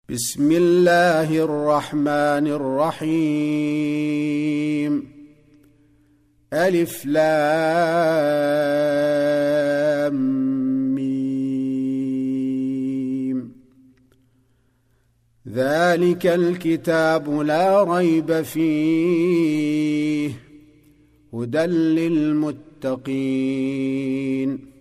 بسم الله الرحمن الرحيم ألف لام ميم ذلك الكتاب لا ريب فيه هدى للمتقين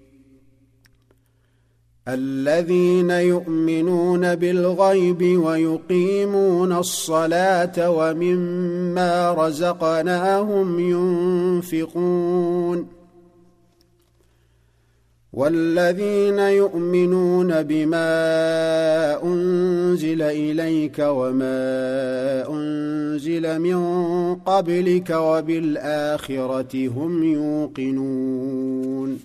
الذين يؤمنون بالغيب ويقيمون الصلاة ومما رزقناهم ينفقون والذين يؤمنون بما أنزل إليك وما أنزل من قبلك وبالآخرة هم يوقنون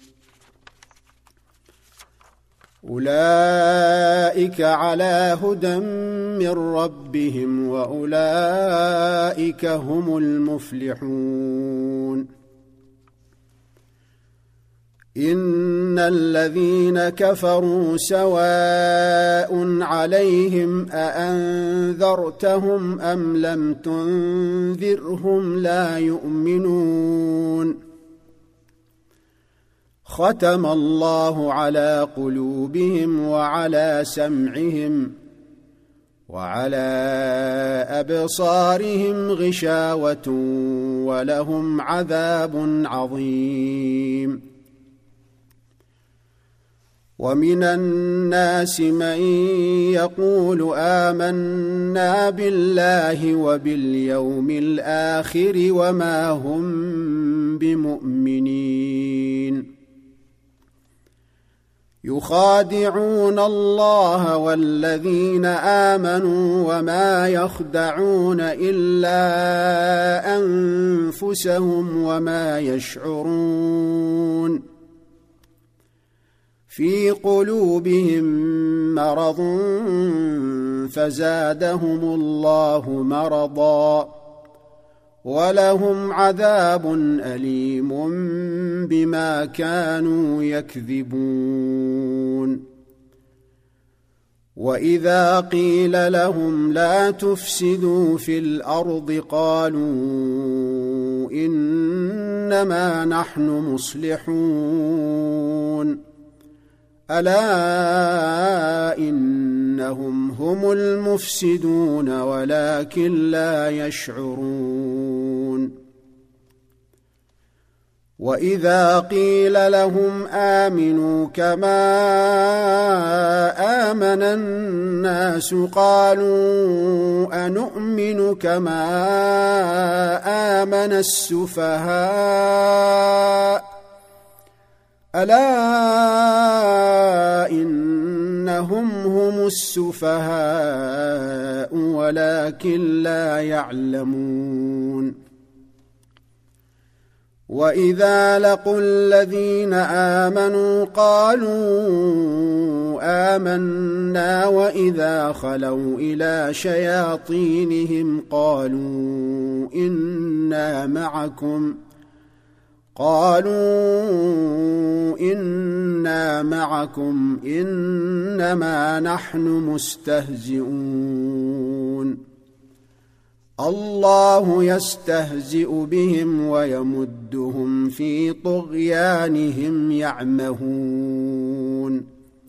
أولئك على هدى من ربهم وأولئك هم المفلحون إن الذين كفروا سواء عليهم أأنذرتهم أم لم تنذرهم لا يؤمنون ختم الله على قلوبهم وعلى سمعهم وعلى أبصارهم غشاوة ولهم عذاب عظيم ومن الناس من يقول آمنا بالله وباليوم الآخر وما هم بمؤمنين يخادعون الله والذين آمنوا وما يخدعون إلا أنفسهم وما يشعرون في قلوبهم مرض فزادهم الله مرضا ولهم عذاب أليم بما كانوا يكذبون وإذا قيل لهم لا تفسدوا في الأرض قالوا إنما نحن مصلحون ألا إنهم هم المفسدون ولكن لا يشعرون وإذا قيل لهم آمنوا كما آمن الناس قالوا أنؤمن كما آمن السفهاء ألا إنهم هم السفهاء ولكن لا يعلمون وإذا لقوا الذين آمنوا قالوا آمنا وإذا خلوا إلى شياطينهم قالوا إنا معكم إنما نحن مستهزئون الله يستهزئ بهم ويمدهم في طغيانهم يعمهون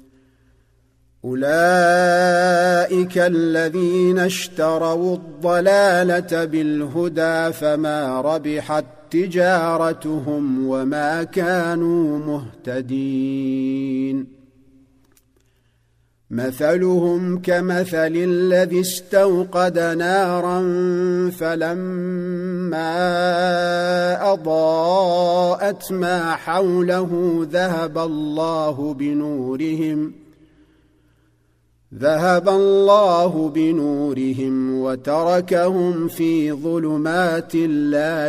أولئك الذين اشتروا الضلالة بالهدى فما ربحت تجارتهم وما كانوا مهتدين مثلهم كمثل الذي استوقد نارا فلما أضاءت ما حوله ذهب الله بنورهم وتركهم في ظلمات لا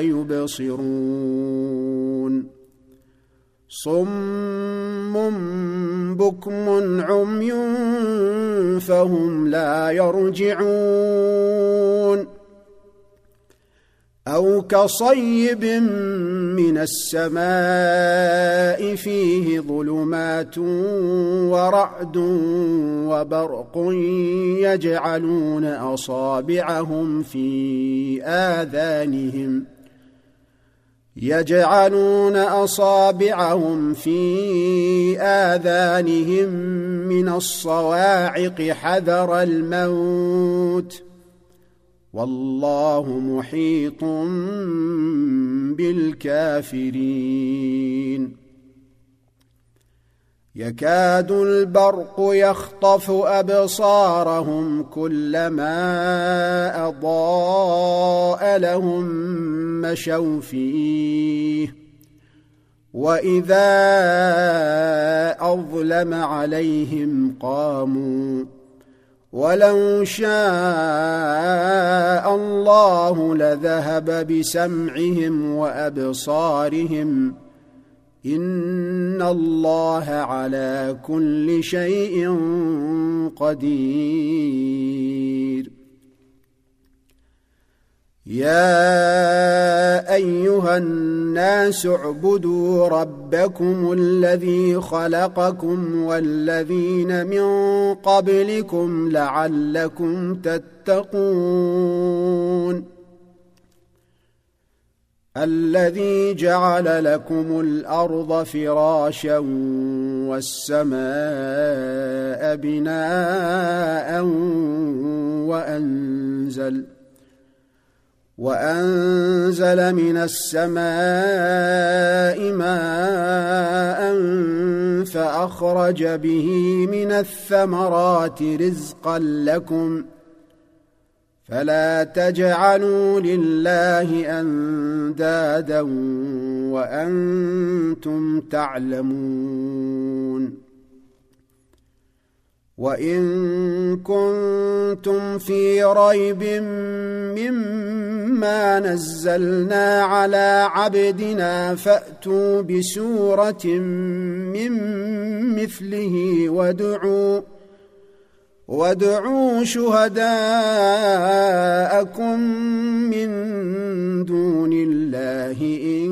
يبصرون صم بكم عمي فهم لا يرجعون أو كصيب من السماء فيه ظلمات ورعد وبرق يجعلون أصابعهم في آذانهم من الصواعق حذر الموت والله محيط بالكافرين يكاد البرق يخطف أبصارهم كلما أضاء لهم مشوا فيه وإذا أظلم عليهم قاموا ولو شاء الله لذهب بسمعهم وأبصارهم إن الله على كل شيء قدير يا أيها الناس اعبدوا ربكم الذي خلقكم والذين من قبلكم لعلكم تتقون الذي جعل لكم الأرض فراشا والسماء بناء وأنزل من السماء ماء فأخرج به من الثمرات رزقا لكم فلا تجعلوا لله أندادا وأنتم تعلمون وإن كنتم في ريب مما نزلنا على عبدنا فأتوا بسورة من مثله وادعوا شهداءكم من دون الله إن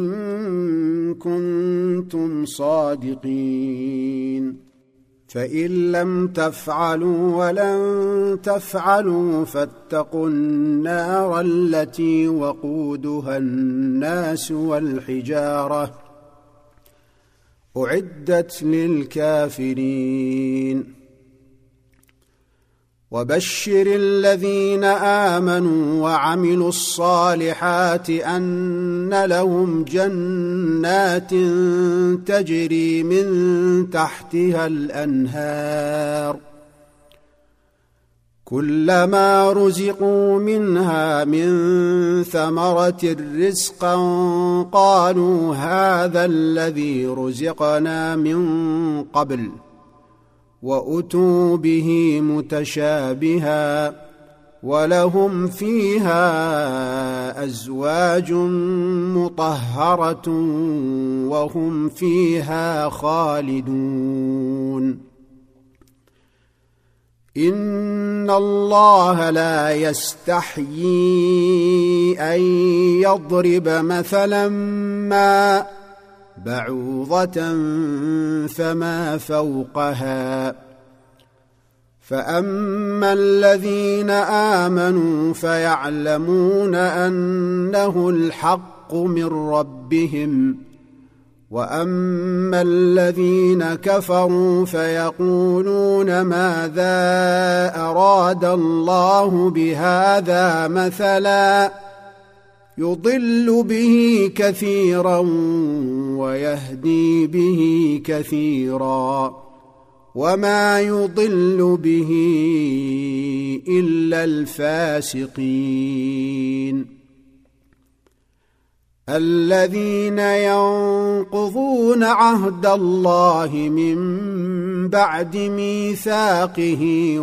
كنتم صادقين فإن لم تفعلوا ولن تفعلوا فاتقوا النار التي وقودها الناس والحجارة أعدت للكافرين وبشر الذين آمنوا وعملوا الصالحات أن لهم جنات تجري من تحتها الأنهار كلما رزقوا منها من ثمرة رزقا قالوا هذا الذي رزقنا من قبل وأتوا به متشابها ولهم فيها أزواج مطهرة وهم فيها خالدون إن الله لا يستحيي أن يضرب مثلا ما بعوضة فما فوقها فأما الذين آمنوا فيعلمون أنه الحق من ربهم وأما الذين كفروا فيقولون ماذا أراد الله بهذا مثلا يضل به كثيرا ويهدي به كثيرا وما يضل به إلا الفاسقين الذين ينقضون عهد الله من بعد ميثاقه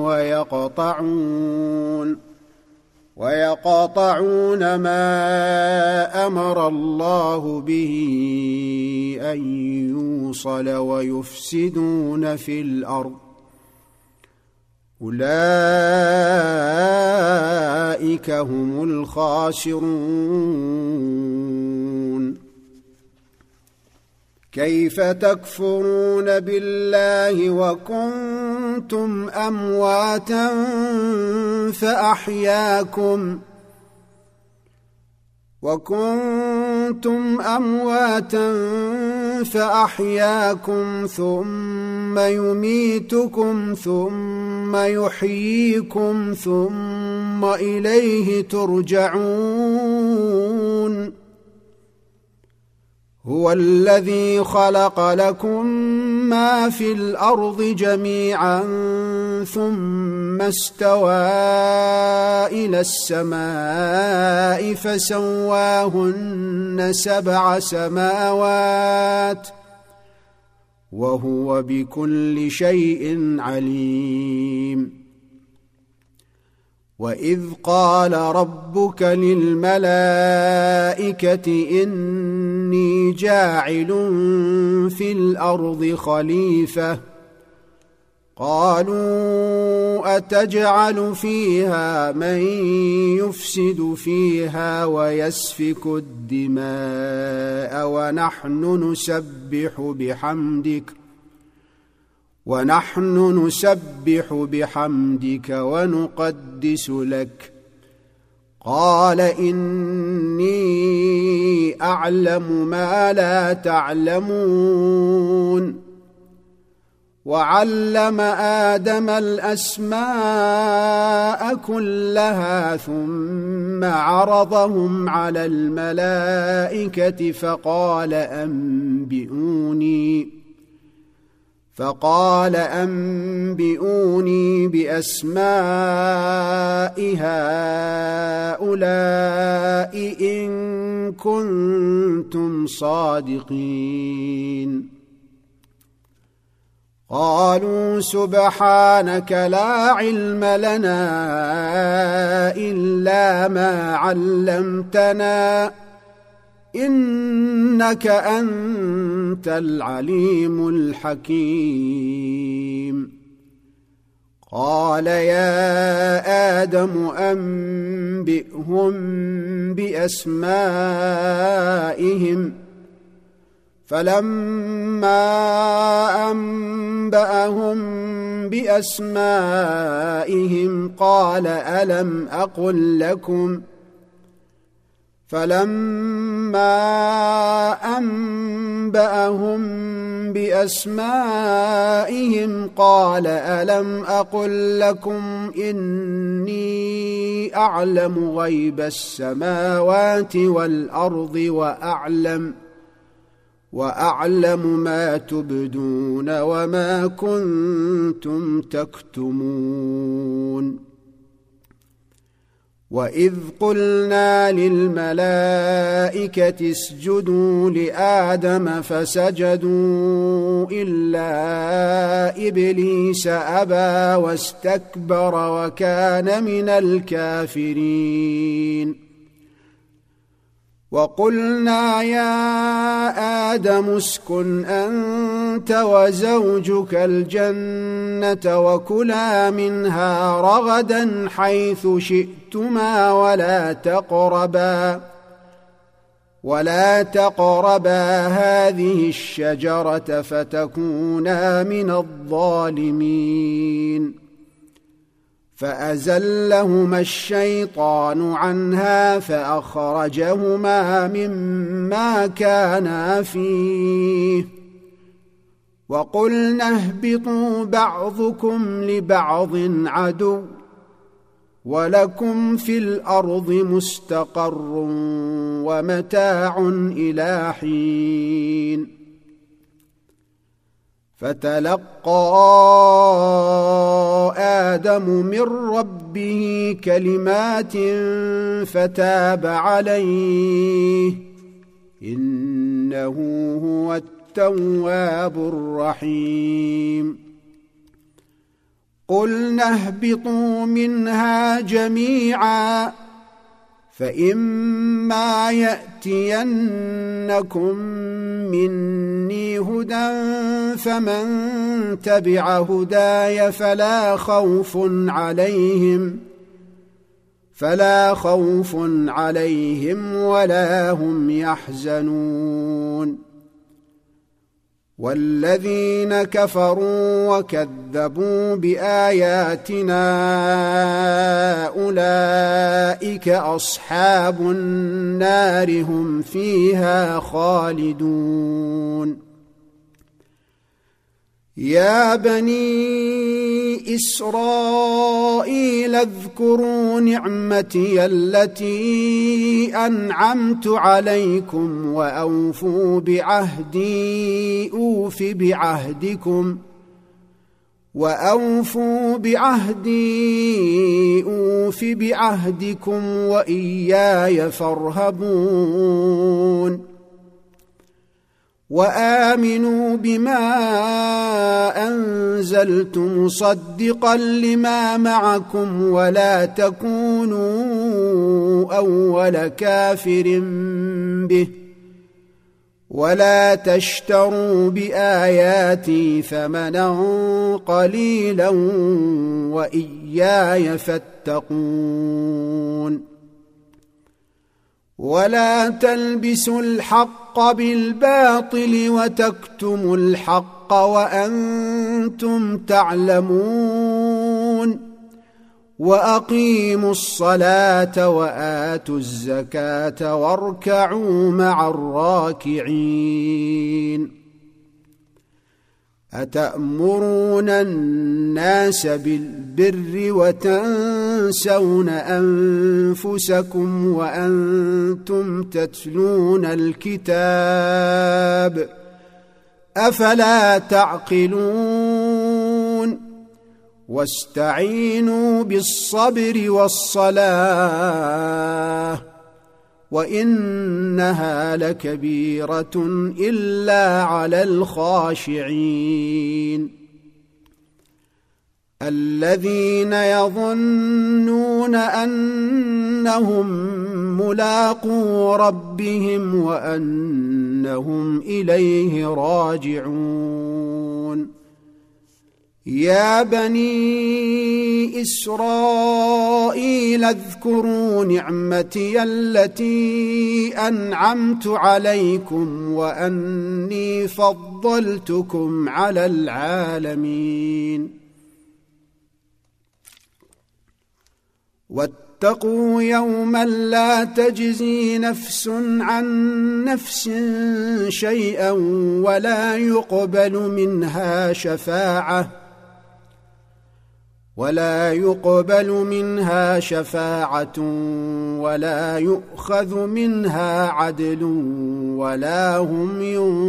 ويقطعون ما أمر الله به أن يوصل ويفسدون في الأرض أولئك هم الخاسرون كيف تكفرون بالله وكنتم أمواتا فأحياكم ثم يميتكم ثم يحييكم ثم إليه ترجعون هو الذي خلق لكم ما في الأرض جميعا ثم استوى إلى السماء فسواهن 7 سماوات وهو بكل شيء عليم وإذ قال ربك للملائكة إني جاعل في الأرض خليفة قالوا أتجعل فيها من يفسد فيها ويسفك الدماء ونحن نسبح بحمدك ونقدس لك قال إني أعلم ما لا تعلمون وعلم آدم الأسماء كلها ثم عرضهم على الملائكة فقال أنبئوني بأسماء هؤلاء إن كنتم صادقين قالوا سبحانك لا علم لنا إلا ما علمتنا إنك أنت العليم الحكيم قال يا آدم أنبئهم بأسمائهم فلما أنبأهم بأسمائهم قال ألم أقل لكم إني أعلم غيب السماوات والأرض وأعلم ما تبدون وما كنتم تكتمون وإذ قلنا للملائكة اسجدوا لآدم فسجدوا إلا إبليس أبى واستكبر وكان من الكافرين وقلنا يا آدم اسكن أنت وزوجك الجنة وكلا منها رغدا حيث شئتما ولا تقربا هذه الشجرة فتكونا من الظالمين فأزلهما الشيطان عنها فأخرجهما مما كانا فيه وقلنا اهبطوا بعضكم لبعض عدو ولكم في الأرض مستقر ومتاع إلى حين فتلقى آدم من ربه كلمات فتاب عليه إنه هو التواب الرحيم قلنا اهبطوا منها جميعا فإما يأتينكم مني هدى فمن تبع هداي فلا خوف عليهم ولا هم يحزنون والذين كفروا وكذبوا بآياتنا أولئك أصحاب النار هم فيها خالدون يا بني إسرائيل اذكروا نعمتي التي أنعمت عليكم وأوفوا بعهدي أوف بعهدكم وإياي فارهبون وآمنوا بما أنزلت مصدقا لما معكم ولا تكونوا أول كافر به ولا تشتروا بآياتي ثمنا قليلا وإياي فاتقون ولا تلبسوا الحق بالباطل وتكتموا الحق وأنتم تعلمون وأقيموا الصلاة وآتوا الزكاة واركعوا مع الراكعين أتأمرون الناس بالبر وتنسون أنفسكم وأنتم تتلون الكتاب أفلا تعقلون واستعينوا بالصبر والصلاة وإنها لكبيرة إلا على الخاشعين الذين يظنون أنهم ملاقو ربهم وأنهم إليه راجعون يا بني إسرائيل اذكروا نعمتي التي أنعمت عليكم وأني فضلتكم على العالمين واتقوا يوما لا تجزي نفس عن نفس شيئا ولا يقبل منها شفاعة ولا يؤخذ منها عدل ولا هم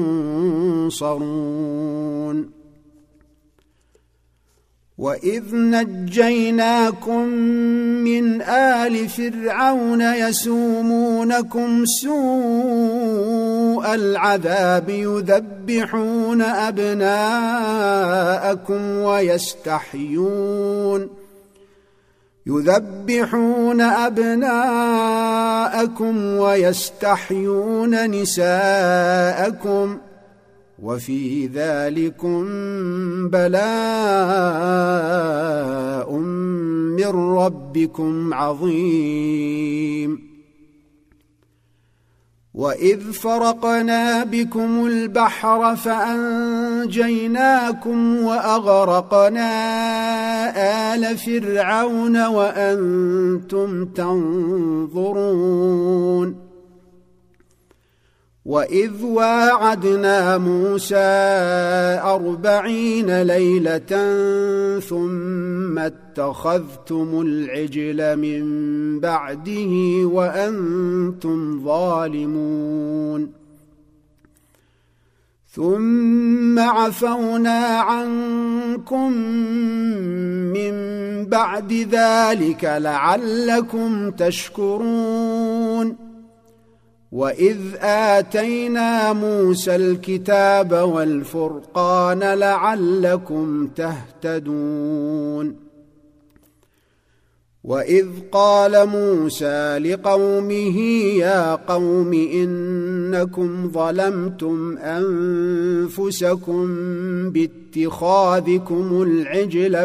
ينصرون وإذ نجيناكم من آل فرعون يسومونكم سوء العذاب يذبحون أبناءكم ويستحيون نساءكم وفي ذلكم بلاء من ربكم عظيم وإذ فرقنا بكم البحر فأنجيناكم وأغرقنا آل فرعون وأنتم تنظرون وإذ واعدنا موسى 40 ليلة ثم اتخذتم العجل من بعده وأنتم ظالمون ثم عفونا عنكم من بعد ذلك لعلكم تشكرون وإذ آتينا موسى الكتاب والفرقان لعلكم تهتدون وإذ قال موسى لقومه يا قوم إنكم ظلمتم أنفسكم باتخاذكم العجل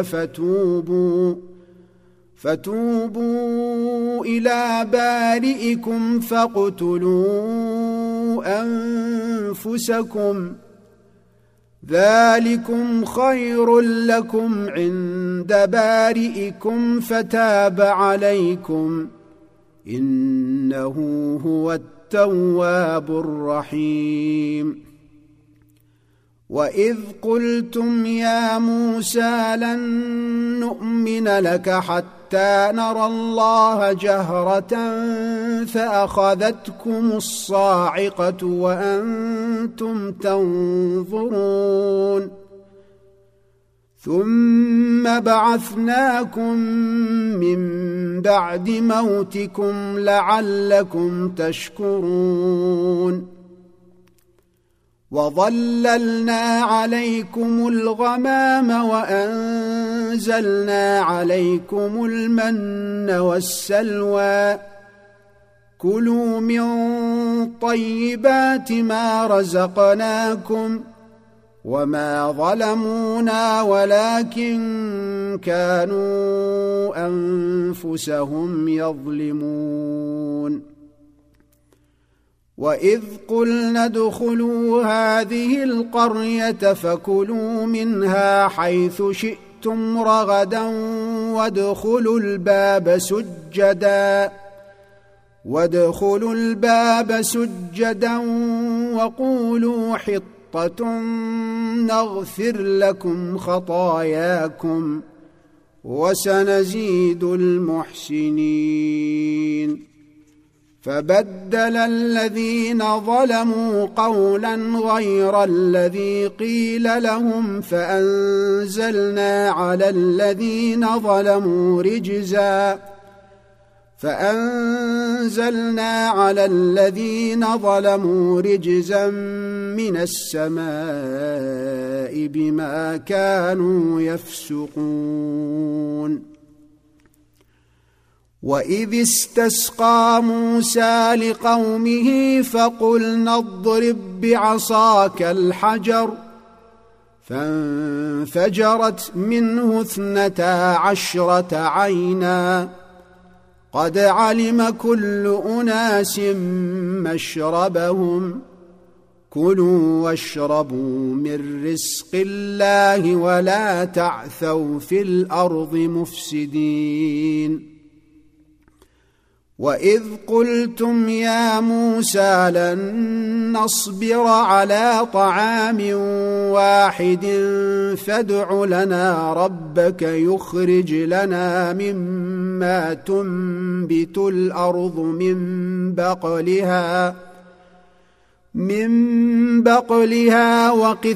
فتوبوا إلى بارئكم فاقتلوا أنفسكم ذلكم خير لكم عند بارئكم فتاب عليكم إنه هو التواب الرحيم. وإذ قلتم يا موسى لن نؤمن لك حتى نرى الله جهرة فأخذتكم الصاعقة وأنتم تنظرون ثم بعثناكم من بعد موتكم لعلكم تشكرون وظللنا عليكم الغمام وأنزلنا عليكم المن والسلوى كلوا من طيبات ما رزقناكم وما ظلمونا ولكن كانوا أنفسهم يظلمون. وإذ قلنا ادخلوا هذه القرية فكلوا منها حيث شئتم رغدا وادخلوا الباب سجدا وقولوا حطة نغفر لكم خطاياكم وسنزيد المحسنين. فبدل الذين ظلموا قولا غير الذي قيل لهم فأنزلنا على الذين ظلموا رجزا من السماء بما كانوا يفسقون. وإذ استسقى موسى لقومه فقلنا اضرب بعصاك الحجر فانفجرت منه 12 عينا قد علم كل أناس مشربهم كلوا واشربوا من رزق الله ولا تعثوا في الأرض مفسدين. وإذ قلتم يا موسى لن نصبر على طعام واحد فادع لنا ربك يخرج لنا مما تنبت الأرض من بقلها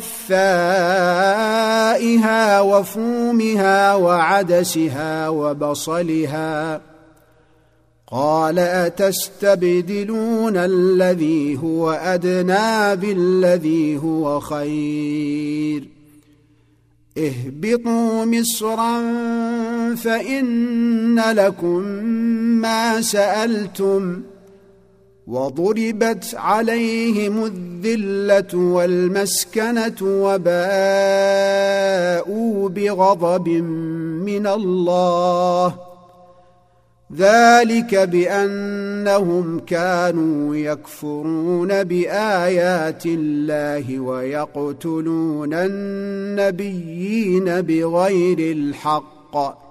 وقثائها وفومها وعدسها وبصلها قال أتستبدلون الذي هو أدنى بالذي هو خير اهبطوا مصرا فإن لكم ما سألتم وضربت عليهم الذلة والمسكنة وباءوا بغضب من الله ذلك بأنهم كانوا يكفرون بآيات الله ويقتلون النبيين بغير الحق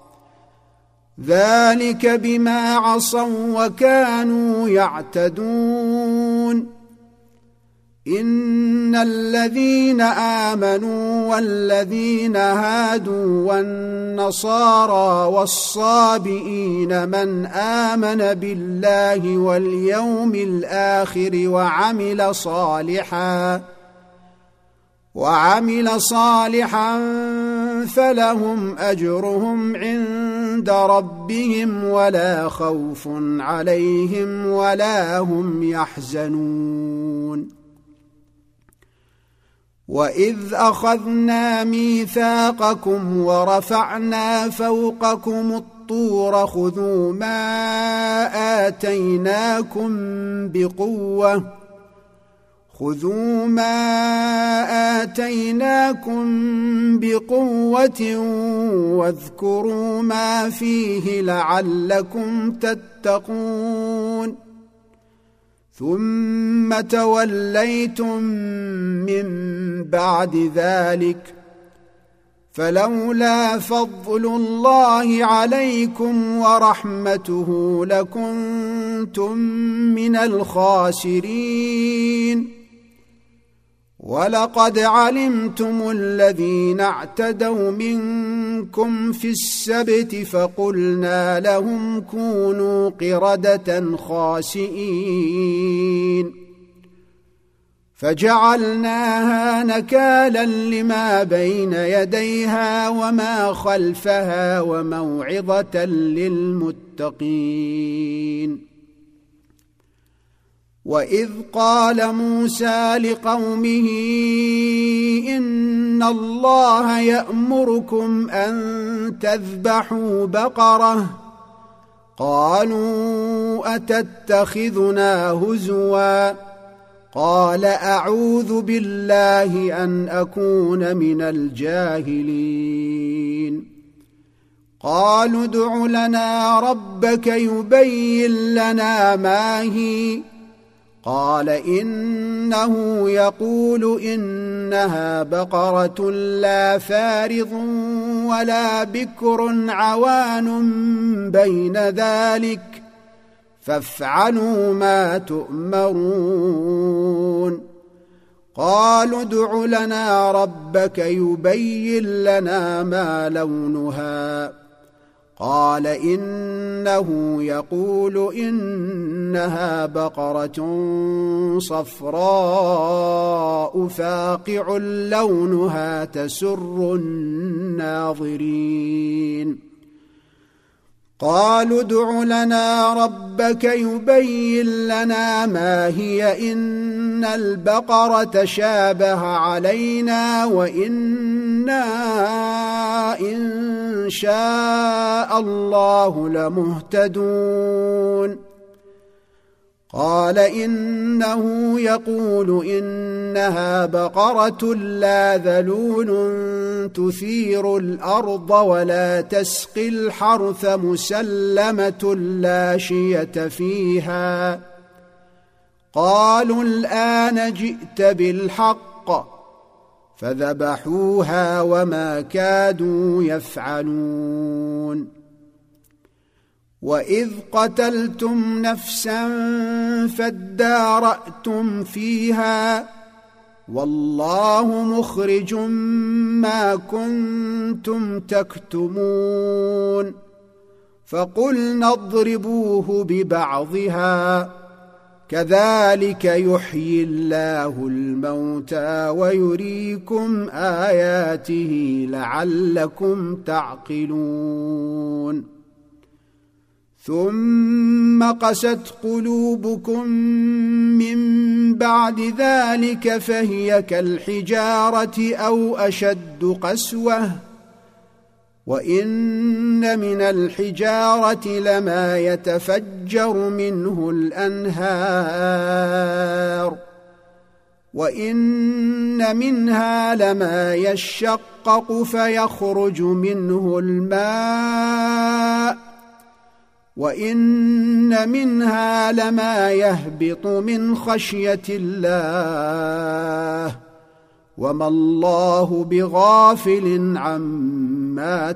ذلك بما عصوا وكانوا يعتدون. إن الذين آمنوا والذين هادوا والنصارى والصابئين من آمن بالله واليوم الآخر وعمل صالحا فلهم أجرهم عند ربهم ولا خوف عليهم ولا هم يحزنون. وإذ أخذنا ميثاقكم ورفعنا فوقكم الطور خذوا ما آتيناكم بقوة واذكروا ما فيه لعلكم تتقون. ثم توليتم من بعد ذلك فلولا فضل الله عليكم ورحمته لكنتم من الخاسرين. ولقد علمتم الذين اعتدوا منكم في السبت فقلنا لهم كونوا قردة خاسئين فجعلناها نكالا لما بين يديها وما خلفها وموعظة للمتقين. وإذ قال موسى لقومه إن الله يأمركم أن تذبحوا بقرة قالوا أتتخذنا هزوا قال أعوذ بالله أن أكون من الجاهلين. قالوا ادع لنا ربك يبين لنا ما هي قال إنه يقول إنها بقرة لا فارض ولا بكر عوان بين ذلك فافعلوا ما تؤمرون. قالوا ادع لنا ربك يبين لنا ما لونها قال إنه يقول إنها بقرة صفراء فاقع لونها تسر الناظرين. قالوا ادع لنا ربك يبين لنا ما هي إن البقرة شابه علينا وإنا إن شاء الله لمهتدون. قال إنه يقول إنها بقرة لا ذلول تثير الأرض ولا تسقي الحرث مسلمة لا شية فيها. قالوا الآن جئت بالحق فذبحوها وما كادوا يفعلون. وإذ قتلتم نفسا فادارأتم فيها والله مخرج ما كنتم تكتمون. فقلنا اضربوه ببعضها كذلك يحيي الله الموتى ويريكم آياته لعلكم تعقلون. ثم قست قلوبكم من بعد ذلك فهي كالحجارة أو أشد قسوة وإن من الحجارة لما يتفجر منه الأنهار وإن منها لما يشقق فيخرج منه الماء وإن منها لما يهبط من خشية الله وما الله بغافل عما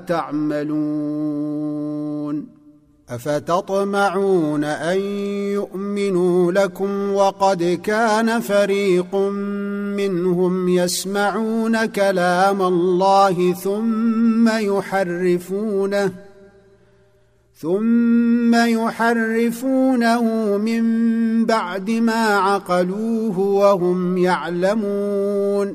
تعملون. أفتطمعون أن يؤمنوا لكم وقد كان فريق منهم يسمعون كلام الله ثم يحرفونه من بعد ما عقلوه وهم يعلمون.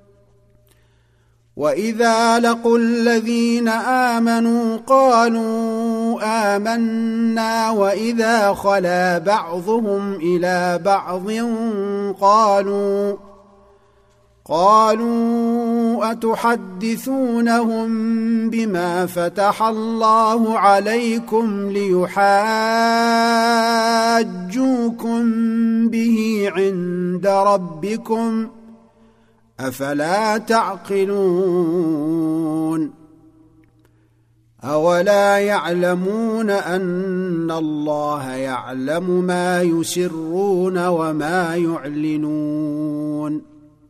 وإذا لقوا الذين آمنوا قالوا آمنا وإذا خلا بعضهم إلى بعض قالوا أتحدثونهم بما فتح الله عليكم ليحاجوكم به عند ربكم أفلا تعقلون. أولا يعلمون أن الله يعلم ما يسرون وما يعلنون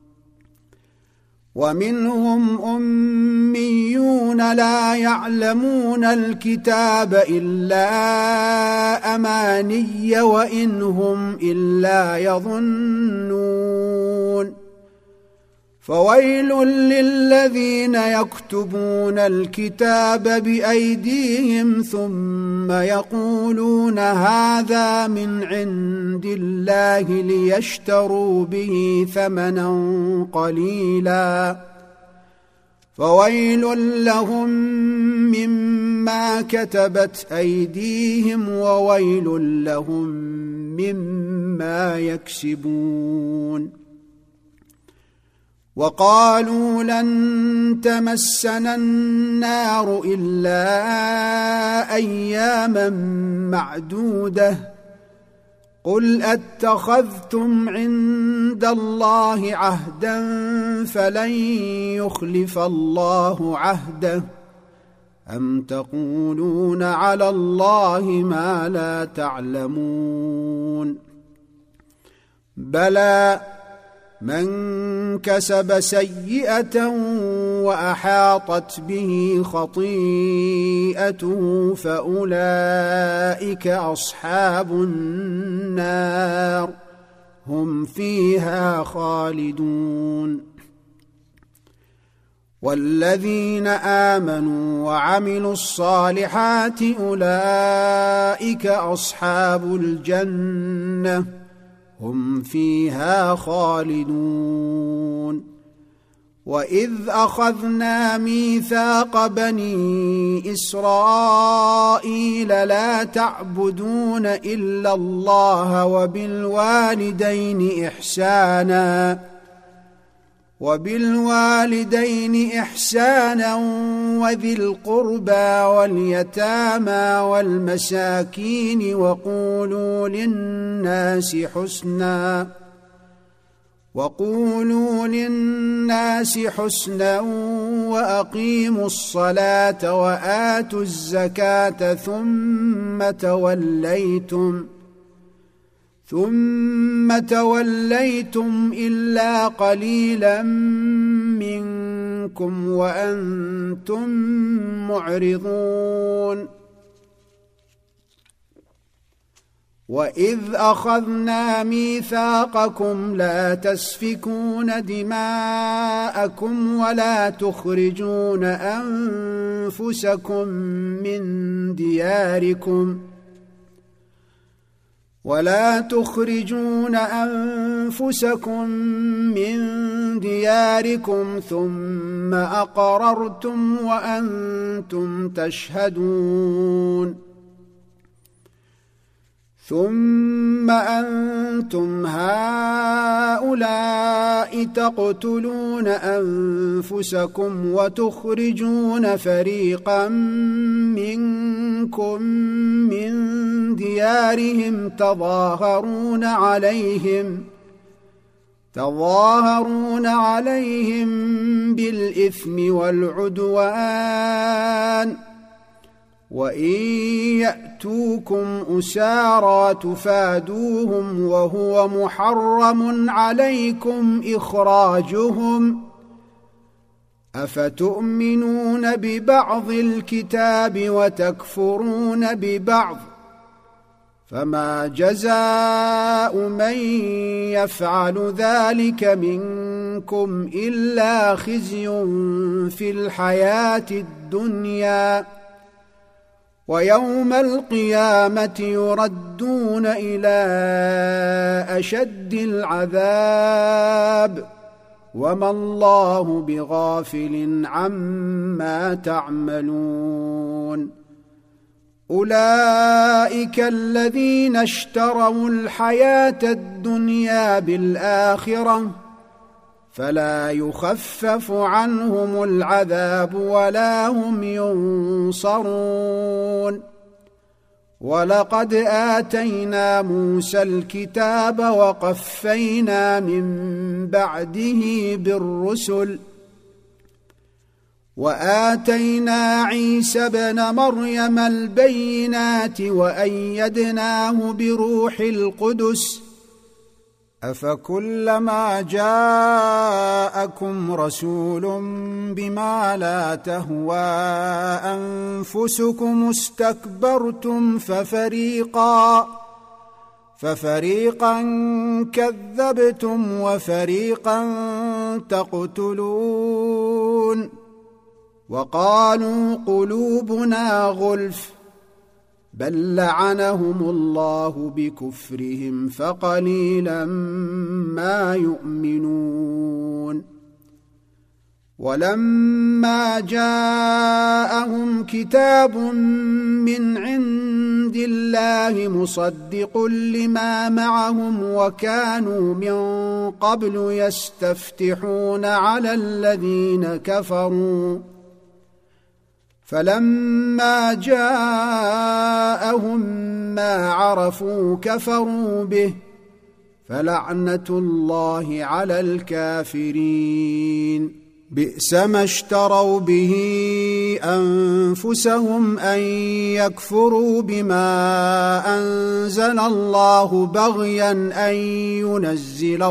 ومنهم أميون لا يعلمون الكتاب إلا أماني وإن هم إلا يظنون فويل للذين يكتبون الكتاب بأيديهم ثم يقولون هذا من عند الله ليشتروا به ثمنا قليلا فويل لهم مما كتبت أيديهم وويل لهم مما يكسبون وقالوا لن تمسنا النار إلا أياما معدودة قل أتخذتم عند الله عهدا فلن يخلف الله عهده أم تقولون على الله ما لا تعلمون بلى من كسب سيئة وأحاطت به خطيئته فأولئك أصحاب النار هم فيها خالدون والذين آمنوا وعملوا الصالحات أولئك أصحاب الجنة هم فيها خالدون وإذ أخذنا ميثاق بني إسرائيل لا تعبدون إلا الله وبالوالدين إحسانا وذي القربى واليتامى والمساكين وقولوا للناس حسنا وأقيموا الصلاة وآتوا الزكاة ثم توليتم إلا قليلا منكم وأنتم معرضون وإذ أخذنا ميثاقكم لا تسفكون دماءكم ولا تخرجون أنفسكم من دياركم ثم أقررتم وأنتم تشهدون ثم أنتم هؤلاء تقتلون أنفسكم وتخرجون فريقا منكم من ديارهم تظاهرون عليهم بالإثم والعدوان وإن يأتوكم أسارى تفادوهم وهو محرم عليكم إخراجهم أفتؤمنون ببعض الكتاب وتكفرون ببعض فما جزاء من يفعل ذلك منكم إلا خزي في الحياة الدنيا ويوم القيامة يردون إلى أشد العذاب وما الله بغافل عما تعملون أولئك الذين اشتروا الحياة الدنيا بالآخرة فلا يخفف عنهم العذاب ولا هم ينصرون ولقد آتينا موسى الكتاب وقفينا من بعده بالرسل وآتينا عيسى ابن مريم البينات وأيدناه بروح القدس أفكلما جاءكم رسول بما لا تهوى أنفسكم استكبرتم ففريقا كذبتم وفريقا تقتلون وقالوا قلوبنا غلف بل لعنهم الله بكفرهم فقليلا ما يؤمنون ولما جاءهم كتاب من عند الله مصدق لما معهم وكانوا من قبل يستفتحون على الذين كفروا فلما جاءهم ما عرفوا كفروا به فلعنة الله على الكافرين بئس ما اشتروا به أنفسهم أن يكفروا بما أنزل الله بغيا أن ينزل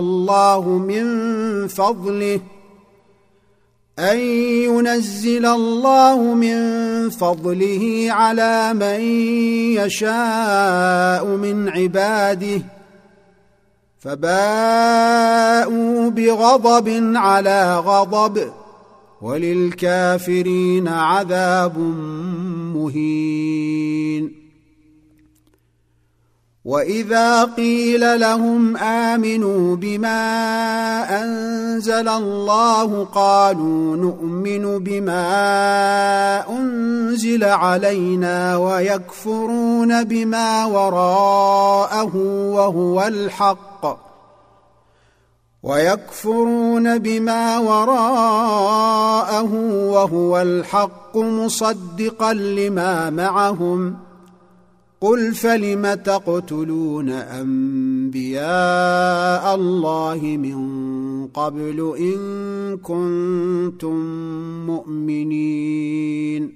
الله من فضله على من يشاء من عباده فباءوا بغضب على غضب وللكافرين عذاب مهين وإذا قيل لهم آمنوا بما أنزل الله قالوا نؤمن بما أنزل علينا ويكفرون بما وراءه وهو الحق مصدقا لما معهم قل فلم تقتلون أنبياء الله من قبل إن كنتم مؤمنين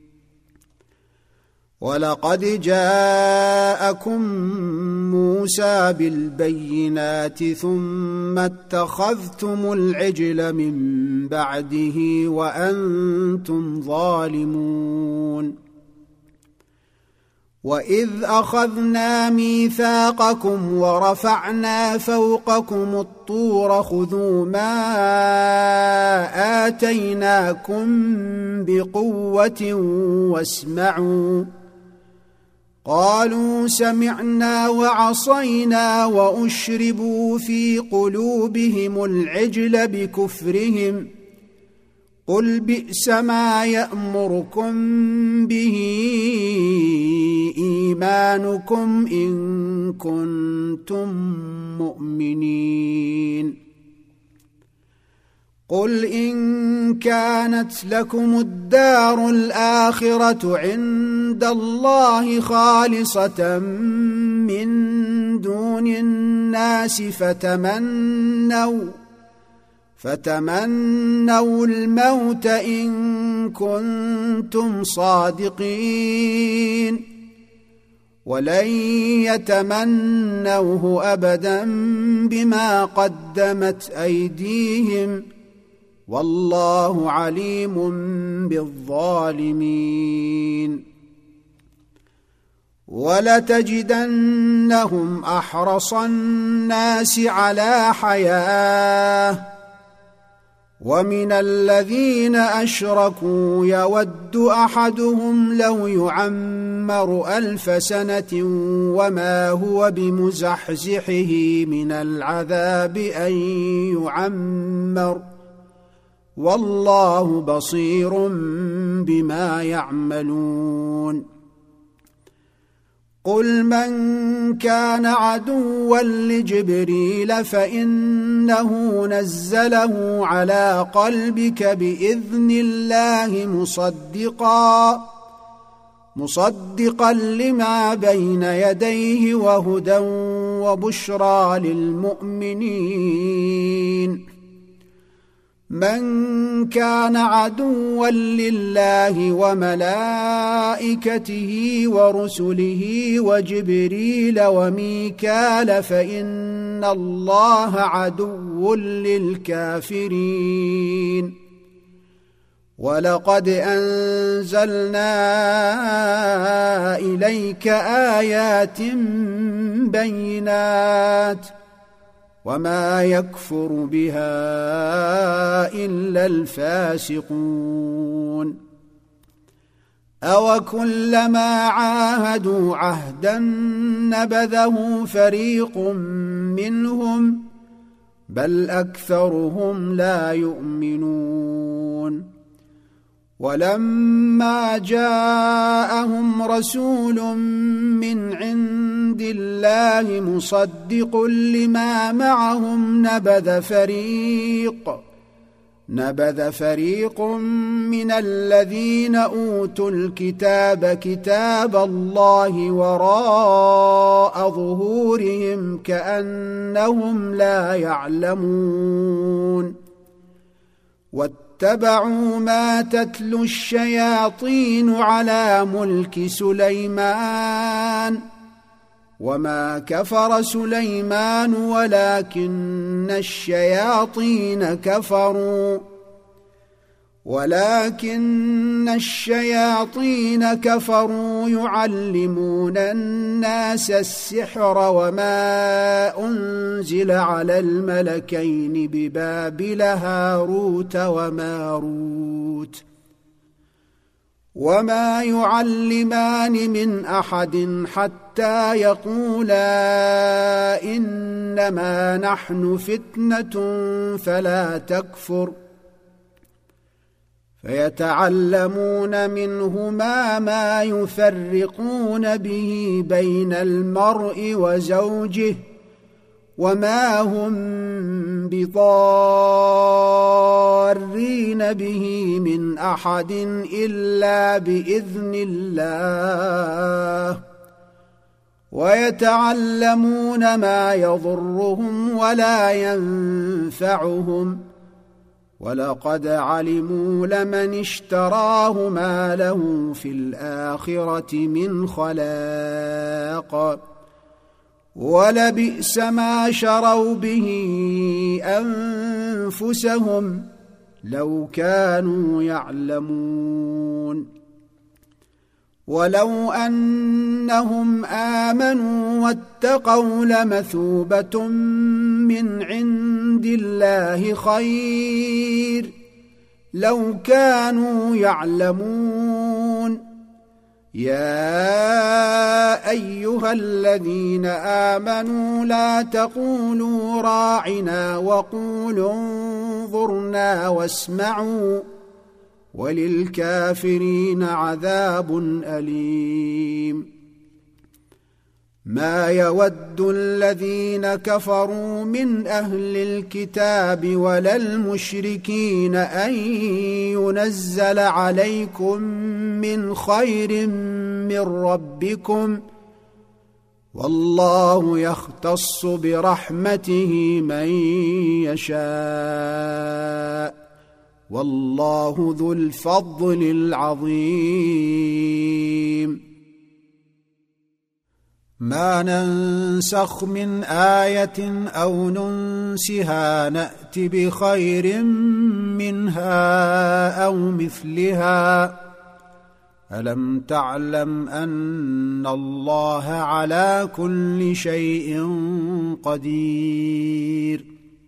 ولقد جاءكم موسى بالبينات ثم اتخذتم العجل من بعده وأنتم ظالمون وإذ أخذنا ميثاقكم ورفعنا فوقكم الطور خذوا ما آتيناكم بقوة واسمعوا قالوا سمعنا وعصينا وأشربوا في قلوبهم العجل بكفرهم قل بئس ما يأمركم به إيمانكم إن كنتم مؤمنين قل إن كانت لكم الدار الآخرة عند الله خالصة من دون الناس فتمنوا الموت إن كنتم صادقين ولن يتمنوه أبدا بما قدمت أيديهم والله عليم بالظالمين ولتجدنهم أحرص الناس على حياة ومن الذين أشركوا يود أحدهم لو يعمر 1000 سنة وما هو بمزحزحه من العذاب أن يعمر والله بصير بما يعملون قل من كان عدوا لجبريل فإنه نزله على قلبك بإذن الله مصدقا لما بين يديه وهدى وبشرى للمؤمنين من كان عدوا لله وملائكته ورسله وجبريل وميكال فإن الله عدو للكافرين ولقد أنزلنا إليك آيات بينات وما يكفر بها إلا الفاسقون أوكلما عاهدوا عهدا نبذه فريق منهم بل أكثرهم لا يؤمنون ولما جاءهم رسول من عند الله مصدق لما معهم نبذ فريق من الذين أوتوا الكتاب كتاب الله وراء ظهورهم كأنهم لا يعلمون واتبعوا ما تتلو الشياطين على ملك سليمان وما كفر سليمان ولكن الشياطين كفروا يعلمون الناس السحر وما أنزل على الملكين ببابل هاروت وماروت وما يعلمان من أحد حتى يقولا إنما نحن فتنة فلا تكفر فيتعلمون منهما ما يفرقون به بين المرء وزوجه وما هم بضارين به من أحد إلا بإذن الله ويتعلمون ما يضرهم ولا ينفعهم ولقد علموا لمن اشتراه ما له في الآخرة من خلاق ولبئس ما شروا به أنفسهم لو كانوا يعلمون ولو أنهم آمنوا واتقوا لمثوبة من عند الله خير لو كانوا يعلمون يا أيها الذين آمنوا لا تقولوا راعنا وقولوا انظرنا واسمعوا وللكافرين عذاب أليم ما يود الذين كفروا من أهل الكتاب ولا المشركين أن ينزل عليكم من خير من ربكم والله يختص برحمته من يشاء والله ذو الفضل العظيم ما ننسخ من آية أو ننسها نأت بخير منها أو مثلها ألم تعلم أن الله على كل شيء قدير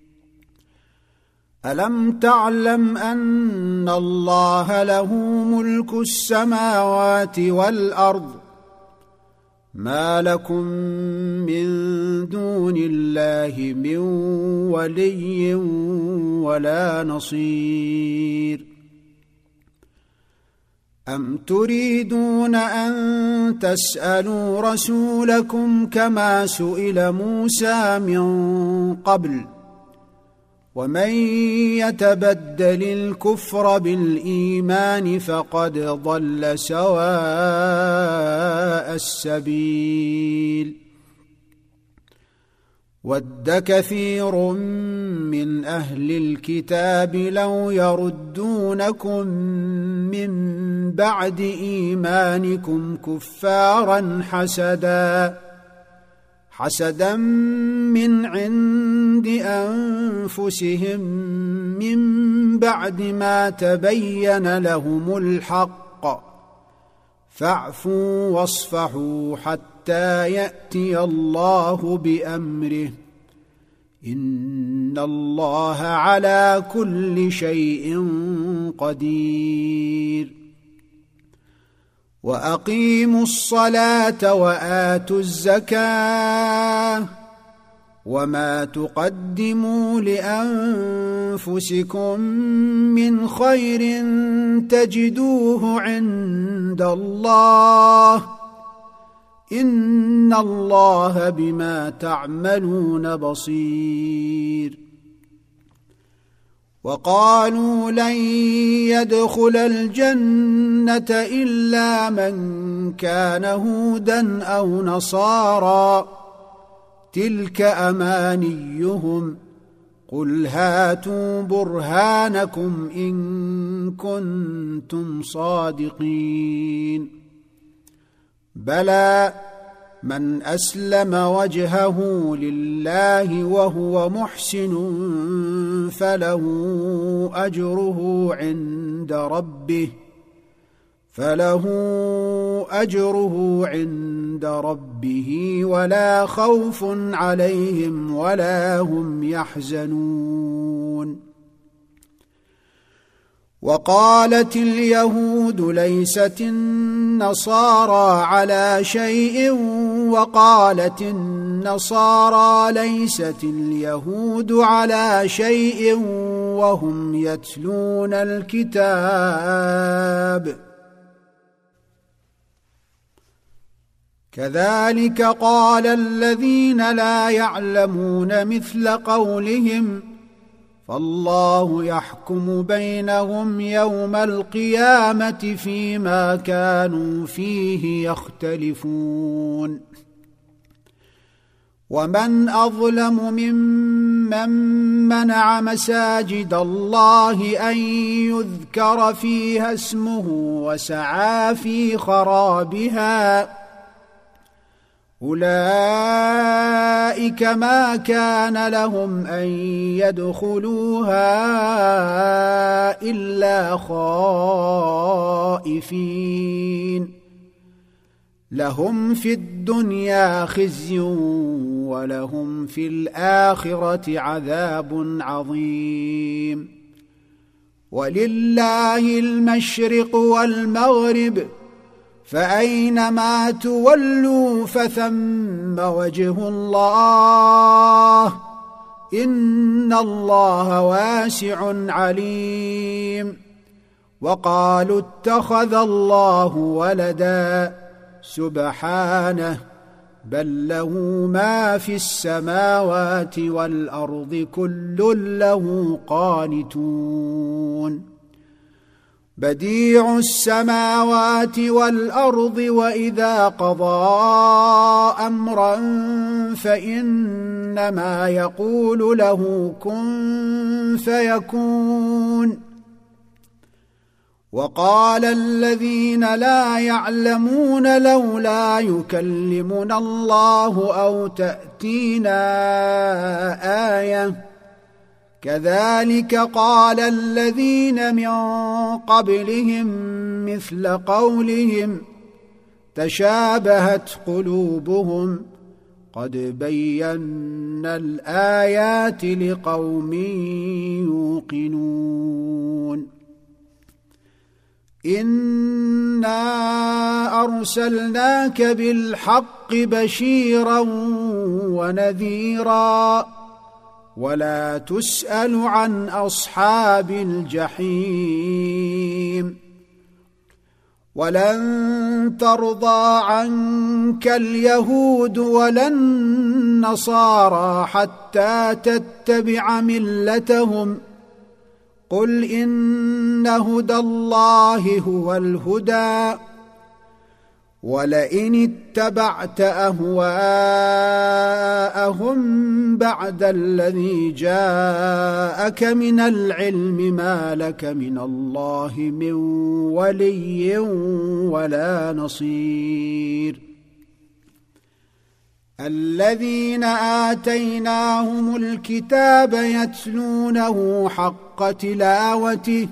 ألم تعلم أن الله له ملك السماوات والأرض ما لكم من دون الله من ولي ولا نصير أم تريدون أن تسألوا رسولكم كما سئل موسى من قبل ومن يتبدل الكفر بالإيمان فقد ضل سواء السبيل ود كثير من أهل الكتاب لو يردونكم من بعد إيمانكم كفارا حسدا من عند أنفسهم من بعد ما تبين لهم الحق فاعفوا واصفحوا حتى يأتي الله بأمره إن الله على كل شيء قدير وأقيموا الصلاة وآتوا الزكاة وما تقدموا لأنفسكم من خير تجدوه عند الله إن الله بما تعملون بصير وقالوا لن يدخل الجنة إلا من كان هودا أو نصارى تلك أمانيهم قل هاتوا برهانكم إن كنتم صادقين بلى من أسلم وجهه لله وهو محسن فله أجره عند ربه ولا خوف عليهم ولا هم يحزنون وقالت اليهود ليست النصارى على شيء وقالت النصارى ليست اليهود على شيء وهم يتلون الكتاب كذلك قال الذين لا يعلمون مثل قولهم فالله يحكم بينهم يوم القيامة فيما كانوا فيه يختلفون ومن أظلم ممن منع مساجد الله أن يذكر فيها اسمه وسعى في خرابها أولئك ما كان لهم أن يدخلوها إلا خائفين لهم في الدنيا خزي ولهم في الآخرة عذاب عظيم ولله المشرق والمغرب فأينما تولوا فثم وجه الله إن الله واسع عليم وقالوا اتخذ الله ولدا سبحانه بل له ما في السماوات والأرض كل له قانتون بديع السماوات والأرض وإذا قضى أمرا فإنما يقول له كن فيكون وقال الذين لا يعلمون لولا يكلمنا الله أو تأتينا آية كذلك قال الذين من قبلهم مثل قولهم تشابهت قلوبهم قد بينا الآيات لقوم يوقنون إنا أرسلناك بالحق بشيرا ونذيرا ولا تسأل عن أصحاب الجحيم ولن ترضى عنك اليهود ولا النصارى حتى تتبع ملتهم قل إن هدى الله هو الهدى ولئن اتبعت أهواءهم بعد الذي جاءك من العلم ما لك من الله من ولي ولا نصير. الذين آتيناهم الكتاب يتلونه حق تلاوته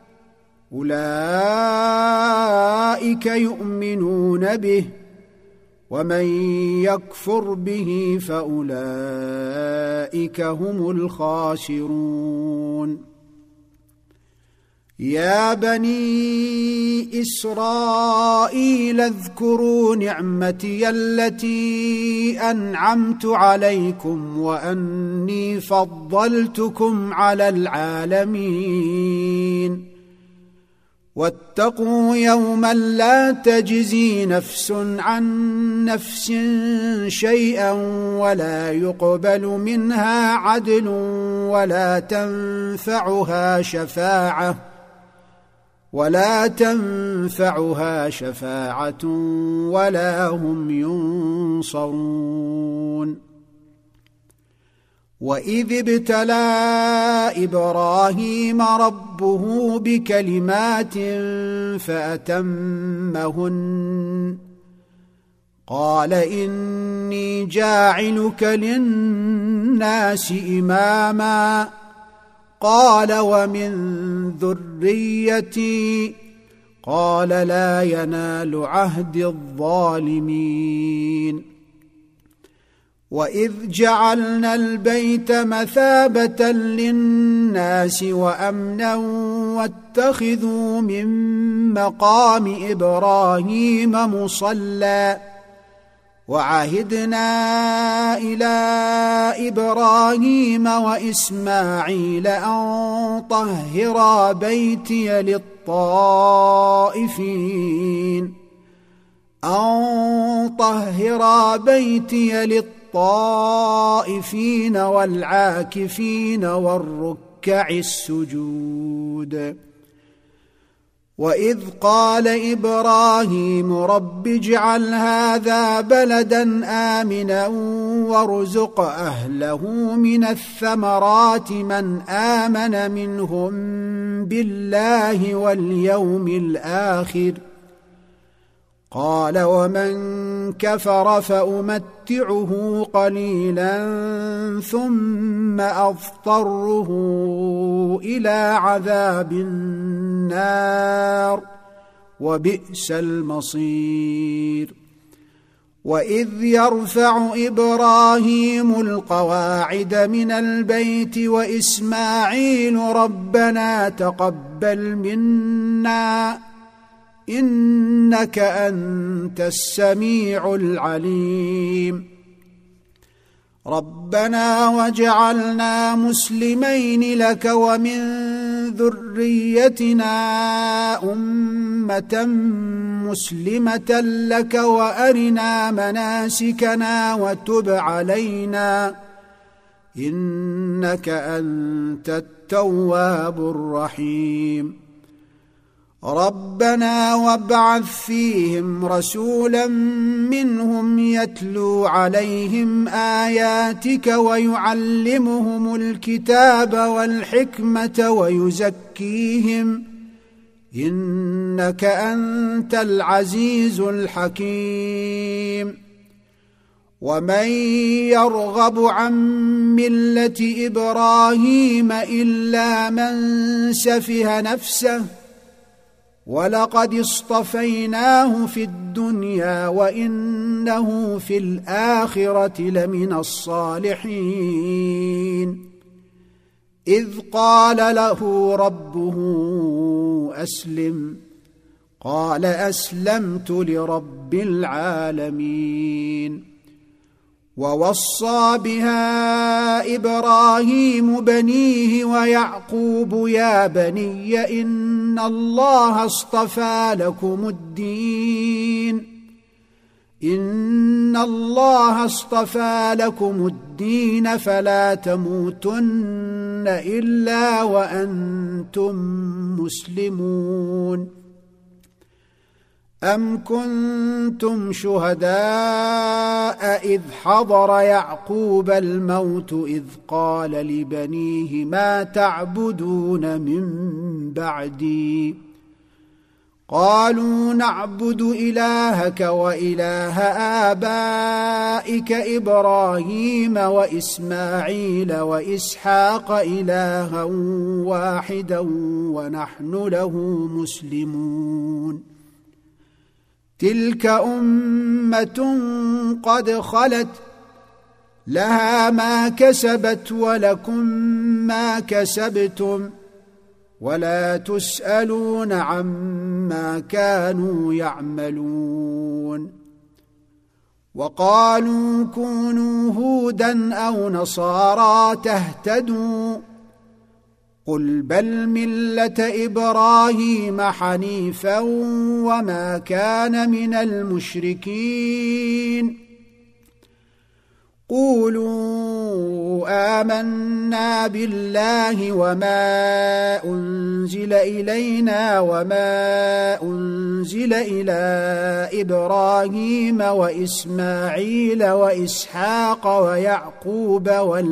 أولئك يؤمنون به ومن يكفر به فأولئك هم الخاسرون. يا بني إسرائيل اذكروا نعمتي التي أنعمت عليكم وأني فضلتكم على العالمين. واتقوا يوما لا تجزي نفس عن نفس شيئا ولا يقبل منها عدل ولا تنفعها شفاعة ولا هم ينصرون. وإذ ابتلى إبراهيم ربه بكلمات فأتمهن قال إني جاعلك للناس إماما قال ومن ذريتي قال لا ينال عهد الظالمين. وإذ جعلنا البيت مثابة للناس وأمنا واتخذوا من مقام إبراهيم مصلى وعهدنا إلى إبراهيم وإسماعيل أن طهرا بيتي للطائفين والعاكفين والركع السجود. وإذ قال إبراهيم رب اجعل هذا بلدا آمنا وارزق أهله من الثمرات من آمن منهم بالله واليوم الآخر قال ومن كفر فأمتعه قليلا ثم أضطره إلى عذاب النار وبئس المصير. وإذ يرفع إبراهيم القواعد من البيت وإسماعيل ربنا تقبل منا إنك أنت السميع العليم. ربنا واجعلنا مسلمين لك ومن ذريتنا أمة مسلمة لك وأرنا مناسكنا وتب علينا إنك أنت التواب الرحيم. ربنا وابعث فيهم رسولا منهم يتلو عليهم آياتك ويعلمهم الكتاب والحكمة ويزكيهم إنك أنت العزيز الحكيم. ومن يرغب عن ملة إبراهيم إلا من سفه نفسه ولقد اصطفيناه في الدنيا وإنه في الآخرة لمن الصالحين. إذ قال له ربه أسلم قال أسلمت لرب العالمين. ووصى بها إبراهيم بنيه ويعقوب يا بني إن الله اصطفى لكم الدين فلا تموتن إلا وأنتم مسلمون. أم كنتم شهداء إذ حضر يعقوب الموت إذ قال لبنيه ما تعبدون من بعدي قالوا نعبد إلهك وإله آبائك إبراهيم وإسماعيل وإسحاق إلها واحدا ونحن له مسلمون تلك أمة قد خلت لها ما كسبت ولكم ما كسبتم ولا تسألون عما كانوا يعملون وقالوا كونوا هودا أو نصارى تهتدوا قل بل ملة إبراهيم حنيفا وما كان من المشركين قولوا آمنا بالله وما أنزل إلينا وما أنزل إلى إبراهيم وإسماعيل وإسحاق ويعقوب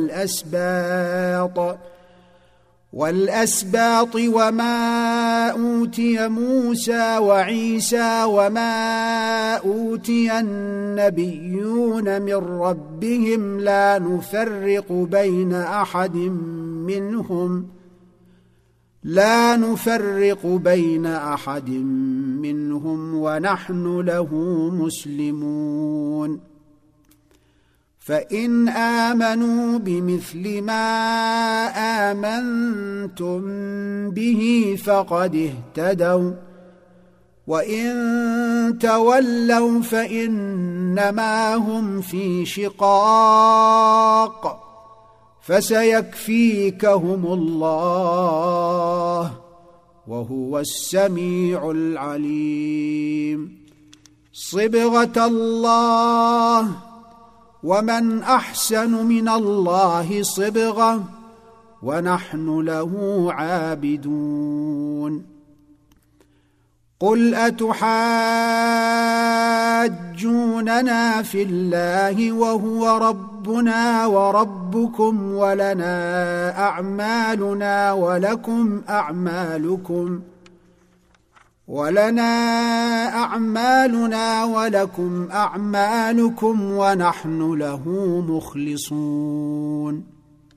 والأسباط وما أوتي موسى وعيسى وما أوتي النبيون من ربهم لا نفرق بين أحد منهم ونحن له مسلمون فإن آمنوا بمثل ما آمنتم به فقد اهتدوا وإن تولوا فإنما هم في شقاق فسيكفيكهم الله وهو السميع العليم صبغة الله ومن أحسن من الله صبغة ونحن له عابدون قل أتحاجوننا في الله وهو ربنا وربكم ولنا أعمالنا ولكم أعمالكم ونحن له مخلصون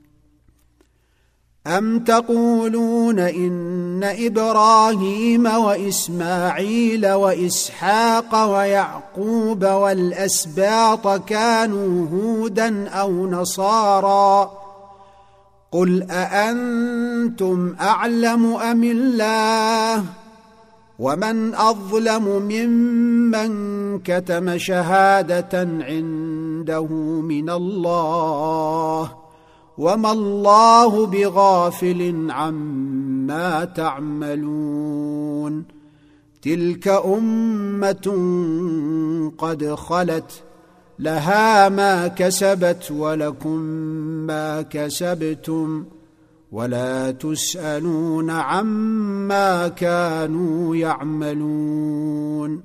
أم تقولون إن إبراهيم وإسماعيل وإسحاق ويعقوب والأسباط كانوا هودا أو نصارى قل أأنتم أعلم أم الله ومن أظلم ممن كتم شهادة عنده من الله وما الله بغافل عما تعملون تلك أمة قد خلت لها ما كسبت ولكم ما كسبتم ولا تسألون عما كانوا يعملون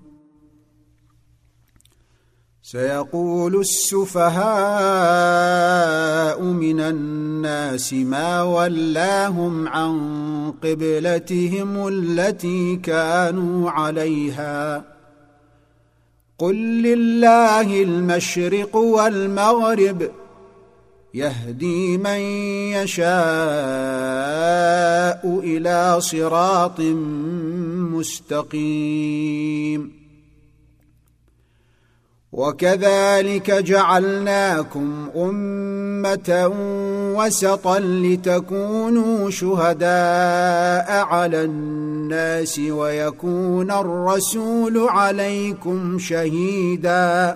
سيقول السفهاء من الناس ما ولاهم عن قبلتهم التي كانوا عليها قل لله المشرق والمغرب يهدي من يشاء إلى صراط مستقيم وكذلك جعلناكم أمة وسطا لتكونوا شهداء على الناس ويكون الرسول عليكم شهيدا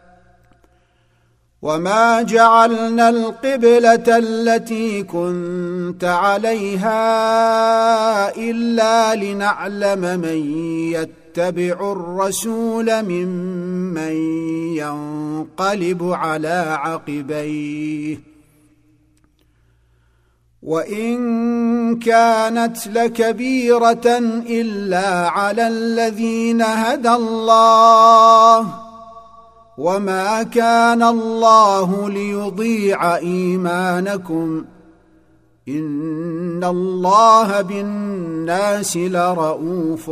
وما جعلنا القبلة التي كنت عليها إلا لنعلم من يتبع الرسول ممن ينقلب على عقبيه وإن كانت لكبيرة إلا على الذين هدى الله وما كان الله ليضيع إيمانكم إن الله بالناس لرءوف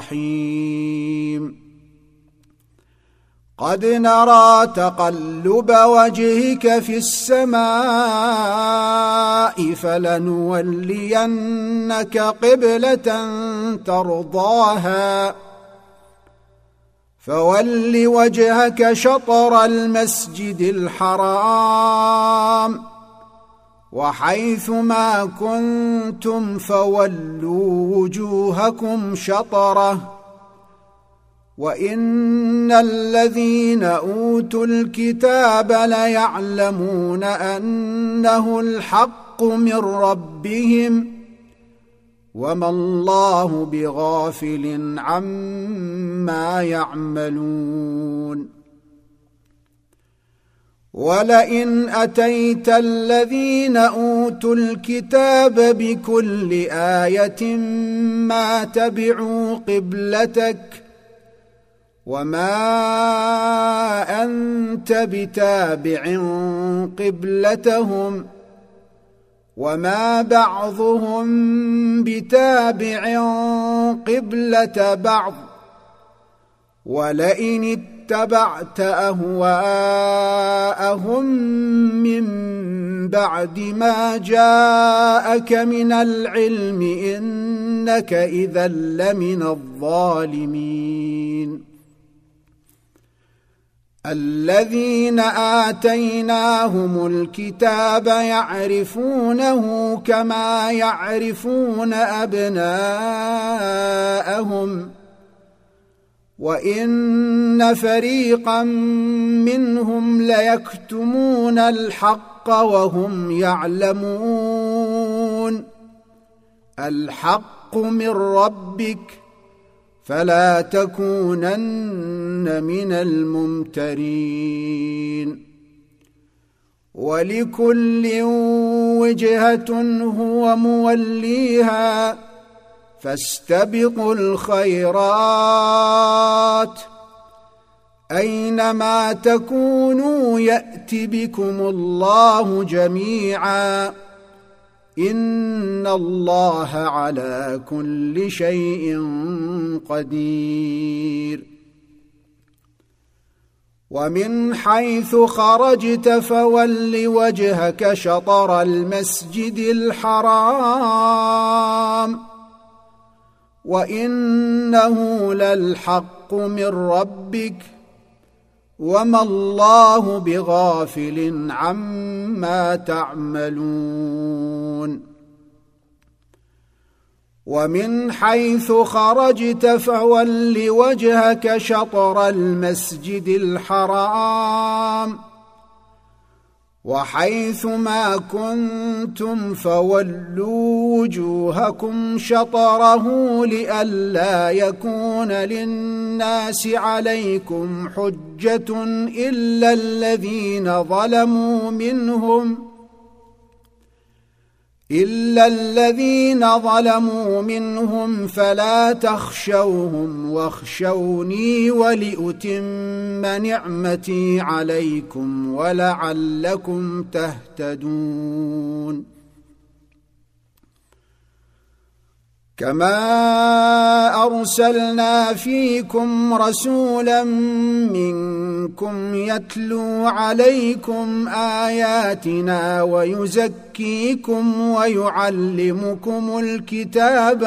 رحيم قد نرى تقلب وجهك في السماء فلنولينك قبلة ترضاها فول وجهك شطر المسجد الحرام وحيث ما كنتم فولوا وجوهكم شطره وإن الذين أوتوا الكتاب ليعلمون أنه الحق من ربهم وما الله بغافل عما يعملون ولئن أتيت الذين أوتوا الكتاب بكل آية ما تبعوا قبلتك وما أنت بتابع قبلتهم وما بعضهم بتابع قبلة بعض ولئن اتبعت أهواءهم من بعد ما جاءك من العلم إنك إذا لمن الظالمين الذين آتيناهم الكتاب يعرفونه كما يعرفون أبناءهم وإن فريقا منهم ليكتمون الحق وهم يعلمون الحق من ربك فلا تكونن من الممترين ولكل وجهة هو موليها فاستبقوا الخيرات أينما تكونوا يأت بكم الله جميعا إن الله على كل شيء قدير ومن حيث خرجت فول وجهك شطر المسجد الحرام وإنه للحق من ربك وما الله بغافل عما تعملون ومن حيث خرجت فول وجهك شطر المسجد الحرام وحيث ما كنتم فولوا وجوهكم شطره لئلا يكون للناس عليكم حجة إلا الذين ظلموا منهم فلا تخشوهم واخشوني ولأتم نعمتي عليكم ولعلكم تهتدون كما أرسلنا فيكم رسولا منكم يتلو عليكم آياتنا ويزكيكم ويعلمكم الكتاب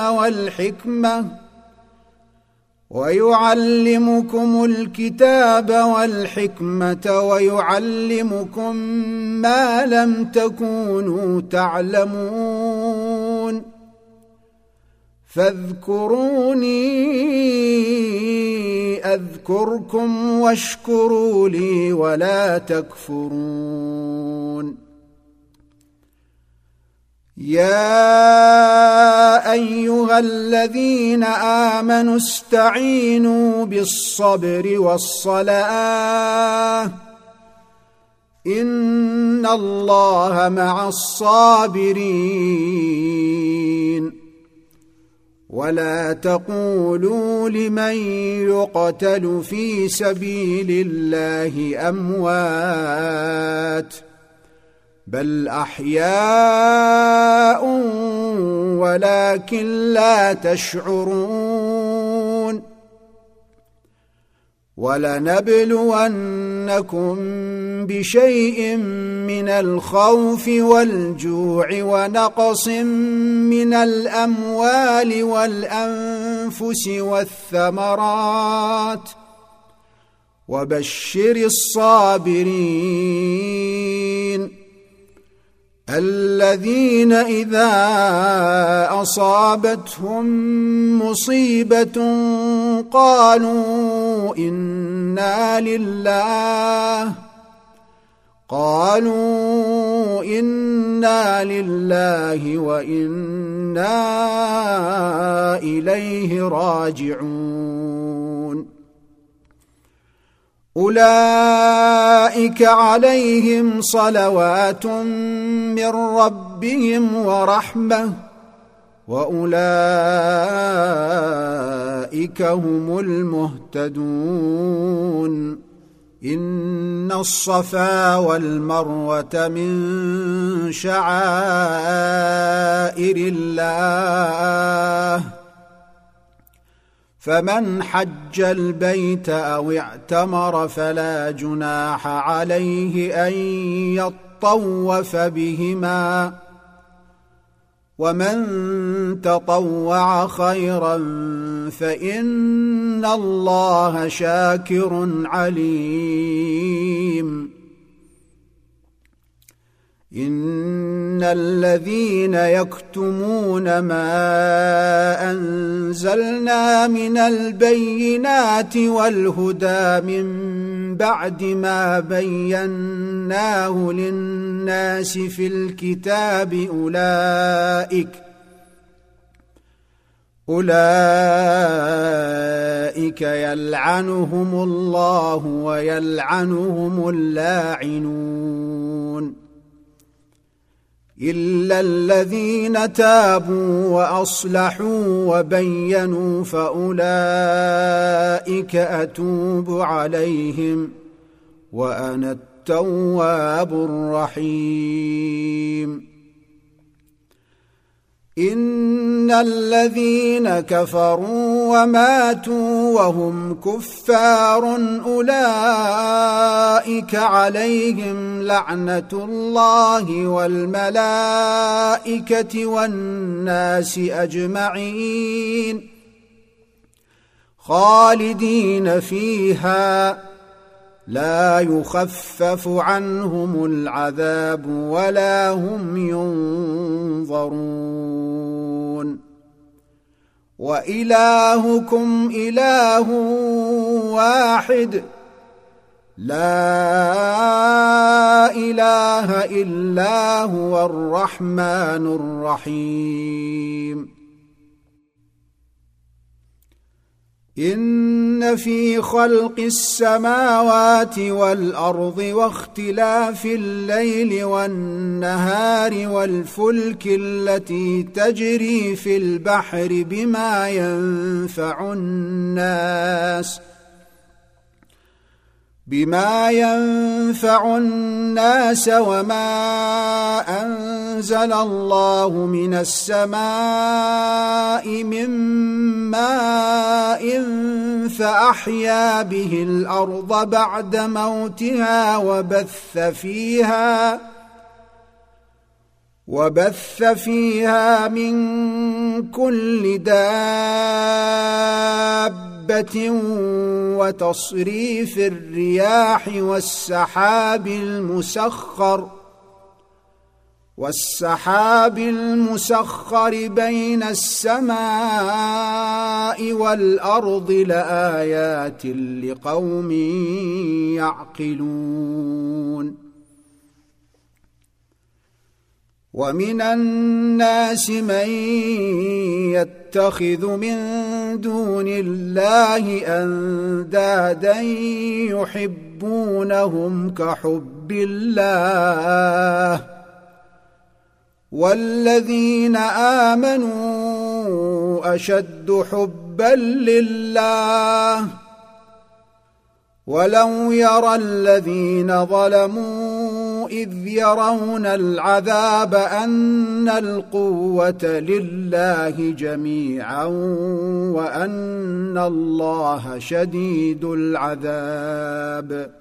والحكمة ويعلمكم ما لم تكونوا تعلمون فاذكروني أذكركم واشكروا لي ولا تكفرون يا أيها الذين آمنوا استعينوا بالصبر والصلاة إن إن الله مع الصابرين ولا تقولوا لمن يقتل في سبيل الله أموات بل أحياء ولكن لا تشعرون ولنبلونكم بشيء من الخوف والجوع ونقص من الأموال والأنفس والثمرات وبشر الصابرين الذين إذا أصابتهم مصيبة قالوا إنا لله وإنا إليه راجعون أولئك عليهم صلوات من ربهم ورحمة وأولئك هم المهتدون إن الصفا والمروة من شعائر الله فمن حج البيت أو اعتمر فلا جناح عليه أن يطوف بهما ومن تطوع خيرا فإن الله شاكر عليم إن الذين يكتمون ما أنزلنا من البينات والهدى من بعد ما بيناه للناس في الكتاب أولئك يلعنهم الله ويلعنهم اللاعنون إلا الذين تابوا وأصلحوا وبينوا فأولئك أتوب عليهم وأنا التواب الرحيم إن الذين كفروا وماتوا وهم كفار أولئك عليهم لعنة الله والملائكة والناس أجمعين خالدين فيها لا يخفف عنهم العذاب ولا هم ينظرون وإلهكم إله واحد لا إله إلا هو الرحمن الرحيم إن في خلق السماوات والأرض واختلاف الليل والنهار والفلك التي تجري في البحر بما ينفع الناس وما أنزل الله من السماء من ماء فأحيا به الأرض بعد موتها وبث فيها من كل دابة وتصريف الرياح والسحاب المسخر بين السماء والأرض لآيات لقوم يعقلون ومن الناس من يتخذ من دون الله أندادا تحبونهم كحب الله والذين آمنوا أشد حبا لله ولو يرى الذين ظلموا إذ يرون العذاب أن القوة لله جميعا وأن الله شديد العذاب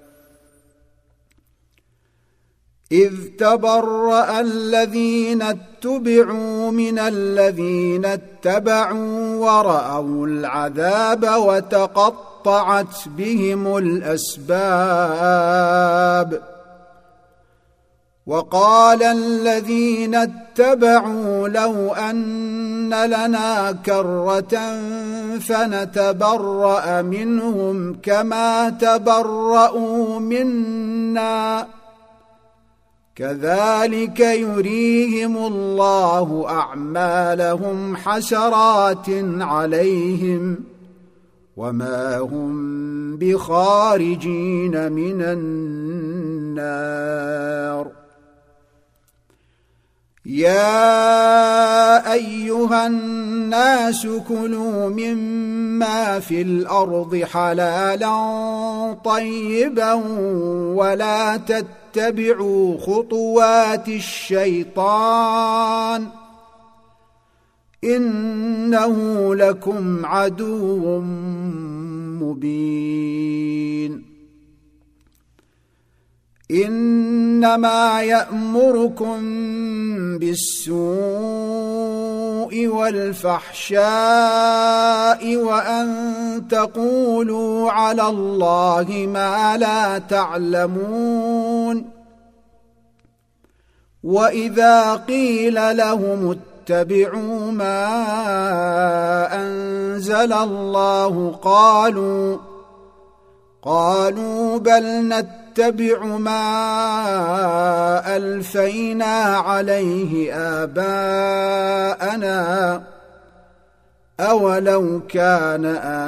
إذ تبرأ الذين اتبعوا من الذين اتبعوا ورأوا العذاب وتقطعت بهم الأسباب وقال الذين اتبعوا لو أن لنا كرة فنتبرأ منهم كما تبرأوا منا كذلك يريهم الله أعمالهم حسرات عليهم وما هم بخارجين من النار يا أيها الناس كلوا مما في الأرض حلالا طيبا ولا تتبعوا خطوات الشيطان إنه لكم عدو مبين إنما يأمركم بالسوء والفحشاء وأن تقولوا على الله ما لا تعلمون وإذا قيل لهم اتبعوا ما أنزل الله قالوا بل نتبع ما ألفينا عليه آباءنا أولو كان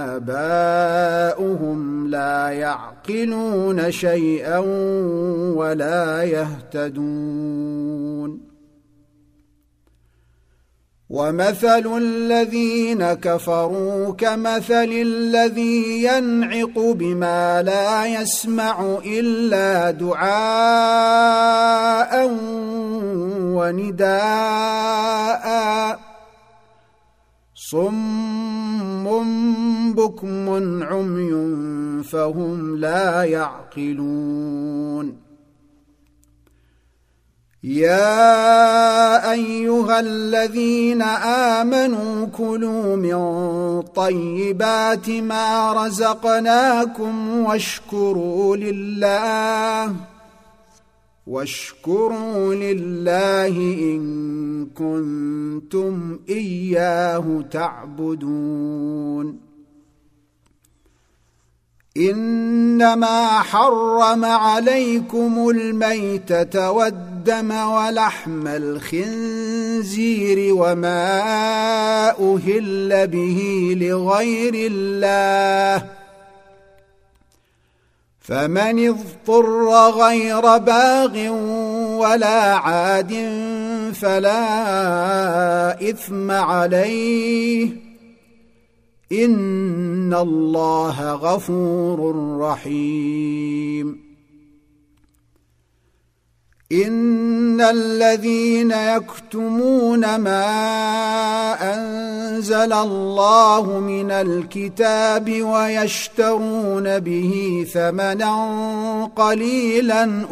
آباؤهم لا يعقلون شيئا ولا يهتدون ومثل الذين كفروا كمثل الذي ينعق بما لا يسمع إلا دعاء ونداء صم بكم عمي فهم لا يعقلون يا أيها الذين آمنوا كلوا من طيبات ما رزقناكم واشكروا لله إن كنتم إياه تعبدون إنما حرم عليكم الميتة والدم ولحم الخنزير وما أهل به لغير الله فمن اضطر غير باغ ولا عاد فلا إثم عليه إن الله غفور رحيم إن الذين يكتمون ما أنزل الله من الكتاب ويشترون به ثمنا قليلا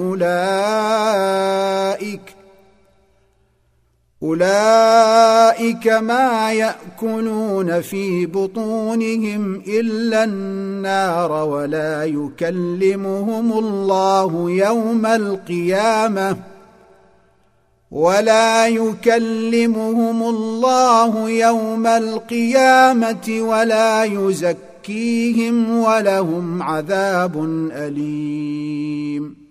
أولئك ما يأكلون في بطونهم إلا النار ولا يكلمهم الله يوم القيامة ولا يزكيهم ولهم عذاب أليم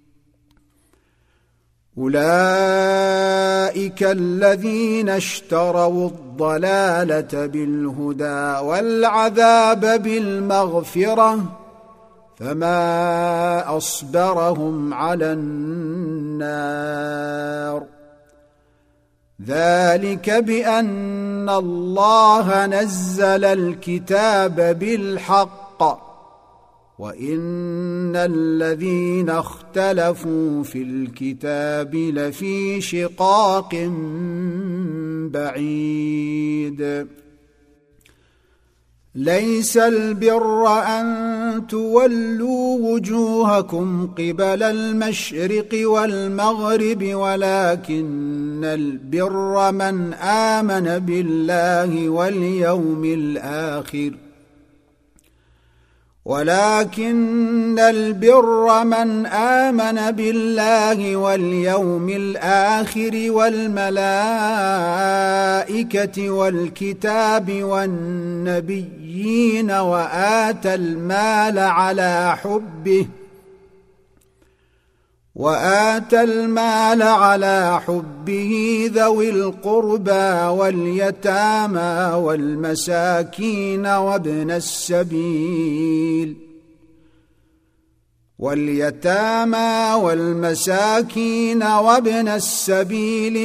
أولئك الذين اشتروا الضلالة بالهدى والعذاب بالمغفرة فما أصبرهم على النار ذلك بأن الله نزل الكتاب بالحق وإن الذين اختلفوا في الكتاب لفي شقاق بعيد ليس البر أن تولوا وجوهكم قبل المشرق والمغرب ولكن البر من آمن بالله واليوم الآخر والملائكة والكتاب والنبيين وآتى المال على حبه ذوي القربى واليتامى والمساكين وابن السبيل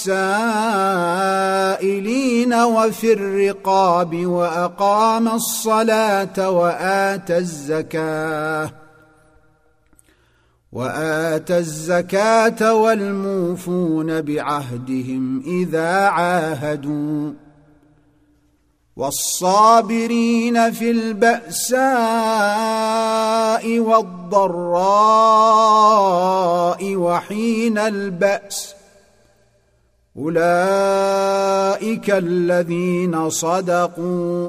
والسائلين وفي الرقاب وأقام الصلاة وآتى الزكاة والموفون بعهدهم إذا عاهدوا والصابرين في البأساء والضراء وحين البأس أولئك الذين صدقوا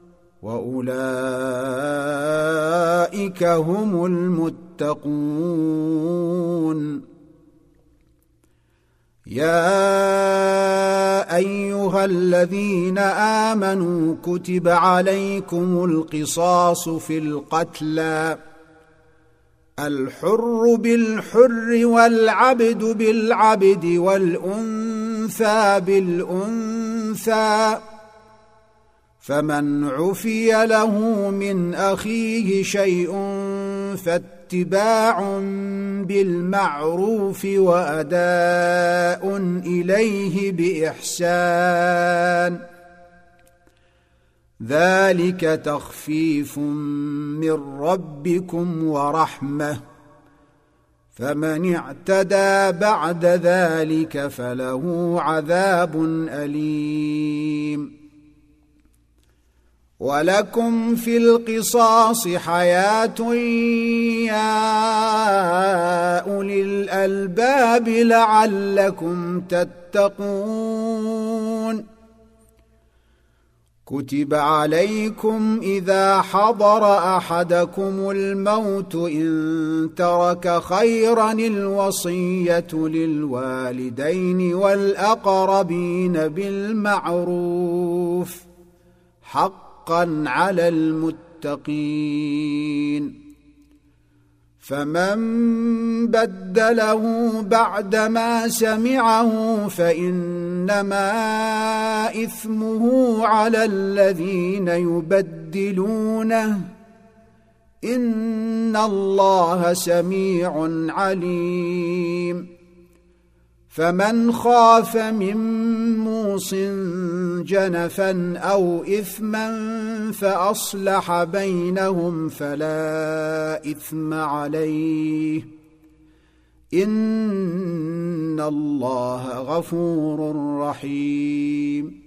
وأولئك هم المتقون يا أيها الذين آمنوا كتب عليكم القصاص في القتلى الحر بالحر والعبد بالعبد والأنثى بالأنثى فمن عفي له من أخيه شيء فاتباع بالمعروف وأداء إليه بإحسان ذلك تخفيف من ربكم ورحمة فمن اعتدى بعد ذلك فله عذاب أليم ولكم في القصاص حياة يا أولي الألباب لعلكم تتقون كتب عليكم إذا حضر أحدكم الموت إن ترك خيرا الوصية للوالدين والأقربين بالمعروف حقا على المتقين فمن بدله بعدما سمعه فإنما إثمه على الذين يبدلونه إن الله سميع عليم فمن خاف من موص جنفا أو إثما فأصلح بينهم فلا إثم عليه إن الله غفور رحيم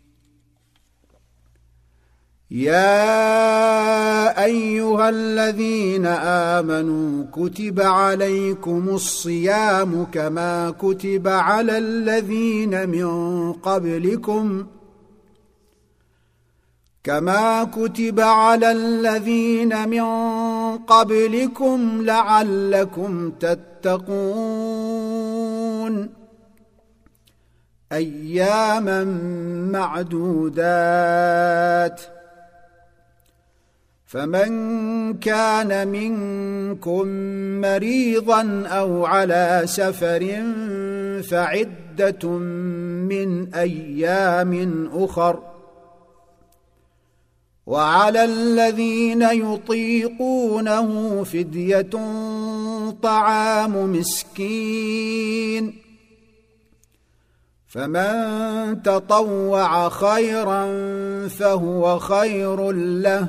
يا أيها الذين آمنوا كتب عليكم الصيام كما كتب على الذين من قبلكم لعلكم تتقون أياما معدودات فمن كان منكم مريضا أو على سفر فعدة من أيام أخر وعلى الذين يطيقونه فدية طعام مسكين فمن تطوع خيرا فهو خير له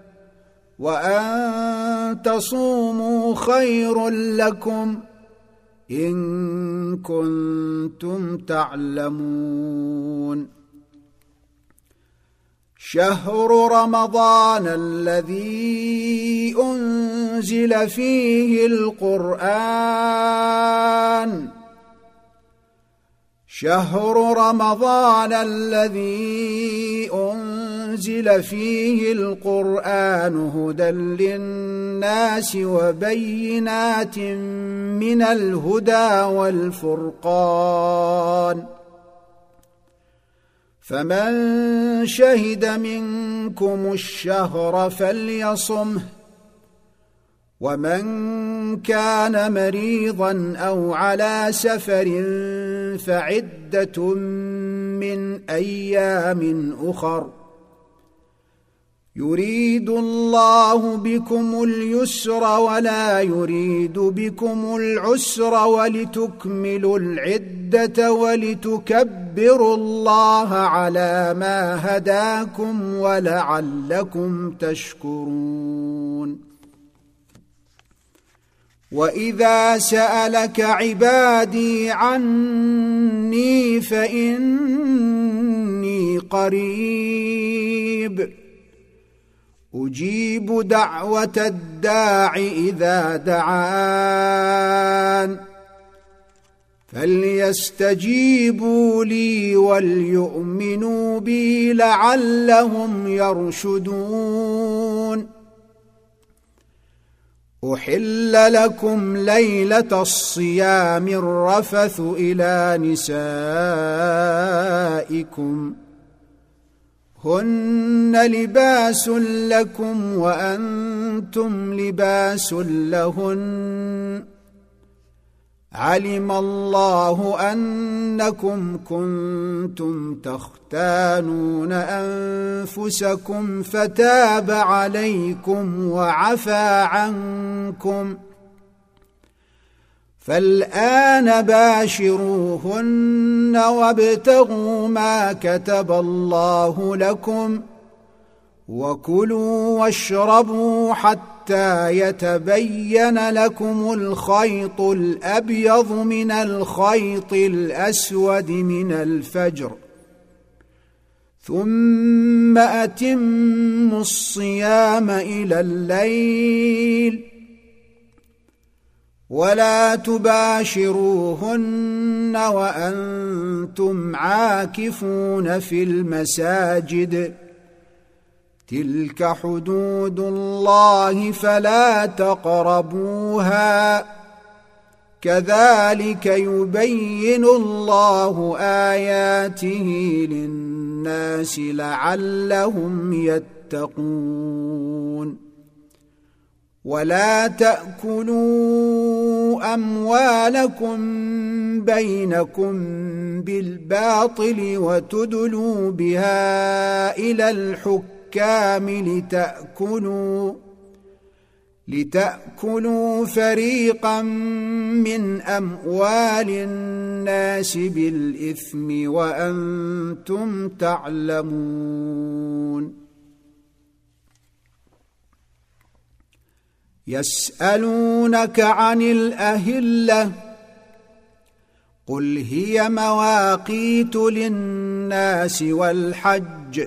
وأن تصوموا خير لكم إن كنتم تعلمون شهر رمضان الذي أنزل فيه القرآن شهر رمضان الذي أنزل فيه القرآن هدى للناس وبينات من الهدى والفرقان فمن شهد منكم الشهر فليصمه ومن كان مريضا أو على سفر فعدة من أيام أخر يريد الله بكم اليسر ولا يريد بكم العسر ولتكملوا العدة ولتكبروا الله على ما هداكم ولعلكم تشكرون وإذا سألك عبادي عني فإني قريب أجيب دعوة الداع إذا دعان فليستجيبوا لي وليؤمنوا بي لعلهم يرشدون أحل لكم ليلة الصيام الرفث إلى نسائكم هن لباس لكم وأنتم لباس لهن علم الله أنكم كنتم تختانون أنفسكم فتاب عليكم وعفى عنكم فالآن باشروهن وابتغوا ما كتب الله لكم وكلوا واشربوا حتى يتبين لكم الخيط الأبيض من الخيط الأسود من الفجر ثم أتموا الصيام إلى الليل ولا تباشروهن وأنتم عاكفون في المساجد تلك حدود الله فلا تقربوها كذلك يبين الله آياته للناس لعلهم يتقون ولا تأكلوا أموالكم بينكم بالباطل وتدلوا بها إلى الحكام لتأكلوا فريقا من أموال الناس بالإثم وأنتم تعلمون يسألونك عن الأهلة قل هي مواقيت للناس والحج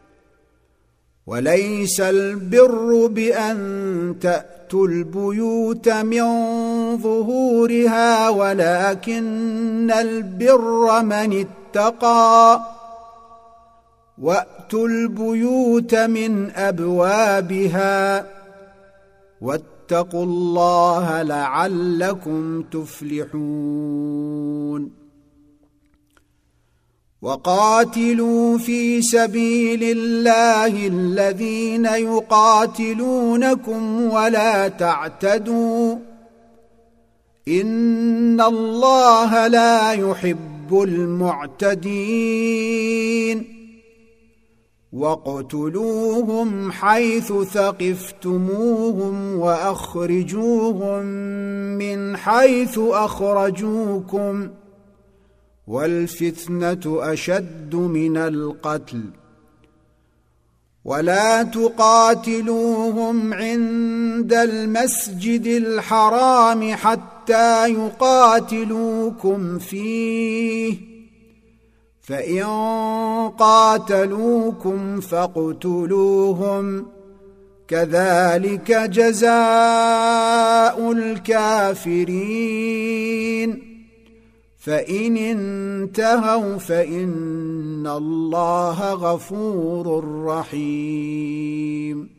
وليس البر بأن تأتوا البيوت من ظهورها ولكن البر من اتقى وأتوا البيوت من أبوابها واتقوا الله لعلكم تفلحون وقاتلوا في سبيل الله الذين يقاتلونكم ولا تعتدوا إن الله لا يحب المعتدين واقتلوهم حيث ثقفتموهم واخرجوهم من حيث اخرجوكم والفتنه اشد من القتل ولا تقاتلوهم عند المسجد الحرام حتى يقاتلوكم فيه فإن قاتلوكم فاقتلوهم كذلك جزاء الكافرين فإن انتهوا فإن الله غفور رحيم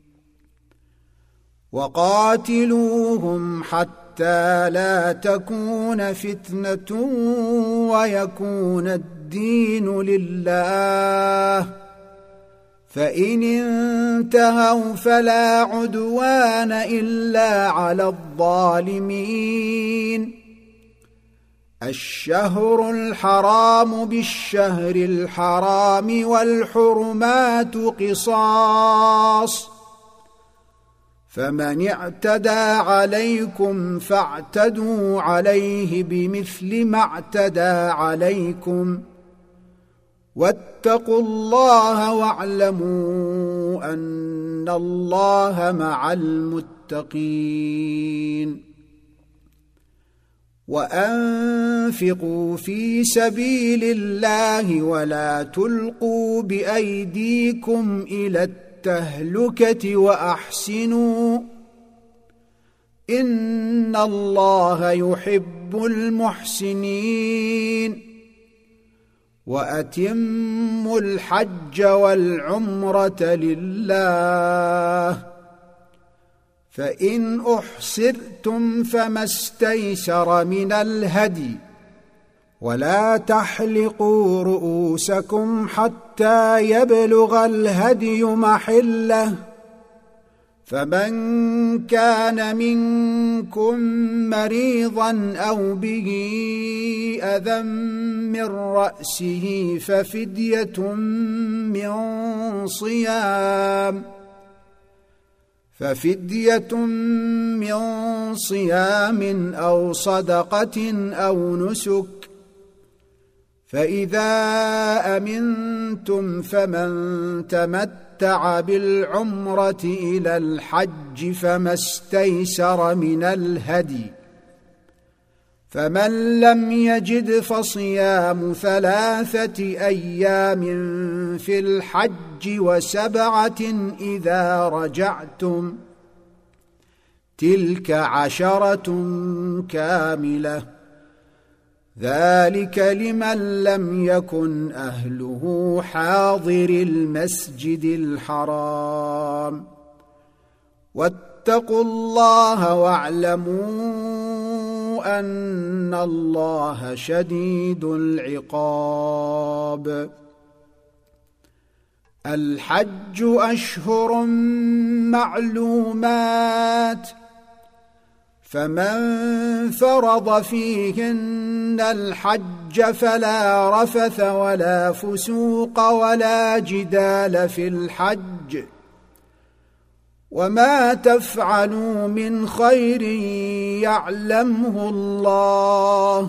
وقاتلوهم حتى لا تكون فتنة ويكون الدين لله فإن انتهوا فلا عدوان إلا على الظالمين الشهر الحرام بالشهر الحرام والحرمات قصاص فمن اعتدى عليكم فاعتدوا عليه بمثل ما اعتدى عليكم واتقوا الله واعلموا أن الله مع المتقين وأنفقوا في سبيل الله ولا تلقوا بأيديكم إلى التهلكة وأحسنوا إن الله يحب المحسنين وأتموا الحج والعمرة لله فإن أحصرتم فما استيسر من الهدي ولا تحلقوا رؤوسكم حتى يبلغ الهدي محله فمن كان منكم مريضا أو به أذى من رأسه ففدية من صيام أو صدقة أو نسك فإذا أمنتم فمن تمتع بالعمرة إلى الحج فما استيسر من الهدي فمن لم يجد فصيام 3 أيام في الحج و7 إذا رجعتم تلك 10 كاملة ذلك لمن لم يكن أهله حاضر المسجد الحرام واتقوا الله واعلموا أن الله شديد العقاب الحج أشهر معلومات فمن فرض فيهن الحج فلا رفث ولا فسوق ولا جدال في الحج وما تفعلوا من خير يعلمه الله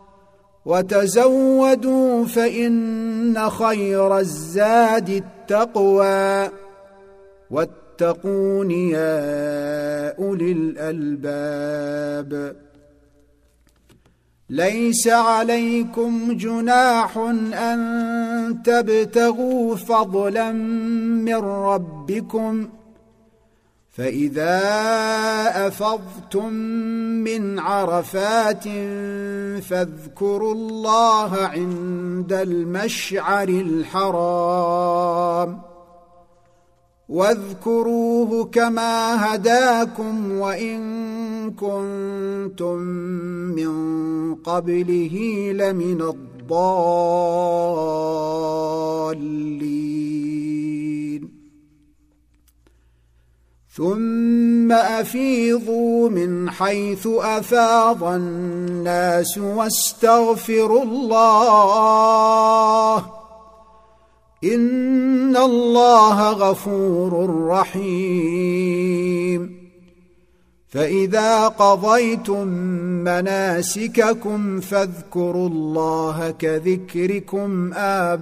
وتزودوا فإن خير الزاد التقوى واتقون يا أولي الألباب ليس عليكم جناح أن تبتغوا فضلا من ربكم فإذا أفضتم من عرفات فاذكروا الله عند المشعر الحرام واذكروه كما هداكم وإن كنتم من قبله لمن الضالين ثم أفيضوا من حيث أفاض الناس واستغفروا الله إن الله غفور رحيم فإذا قضيتم مناسككم فاذكروا الله كذكركم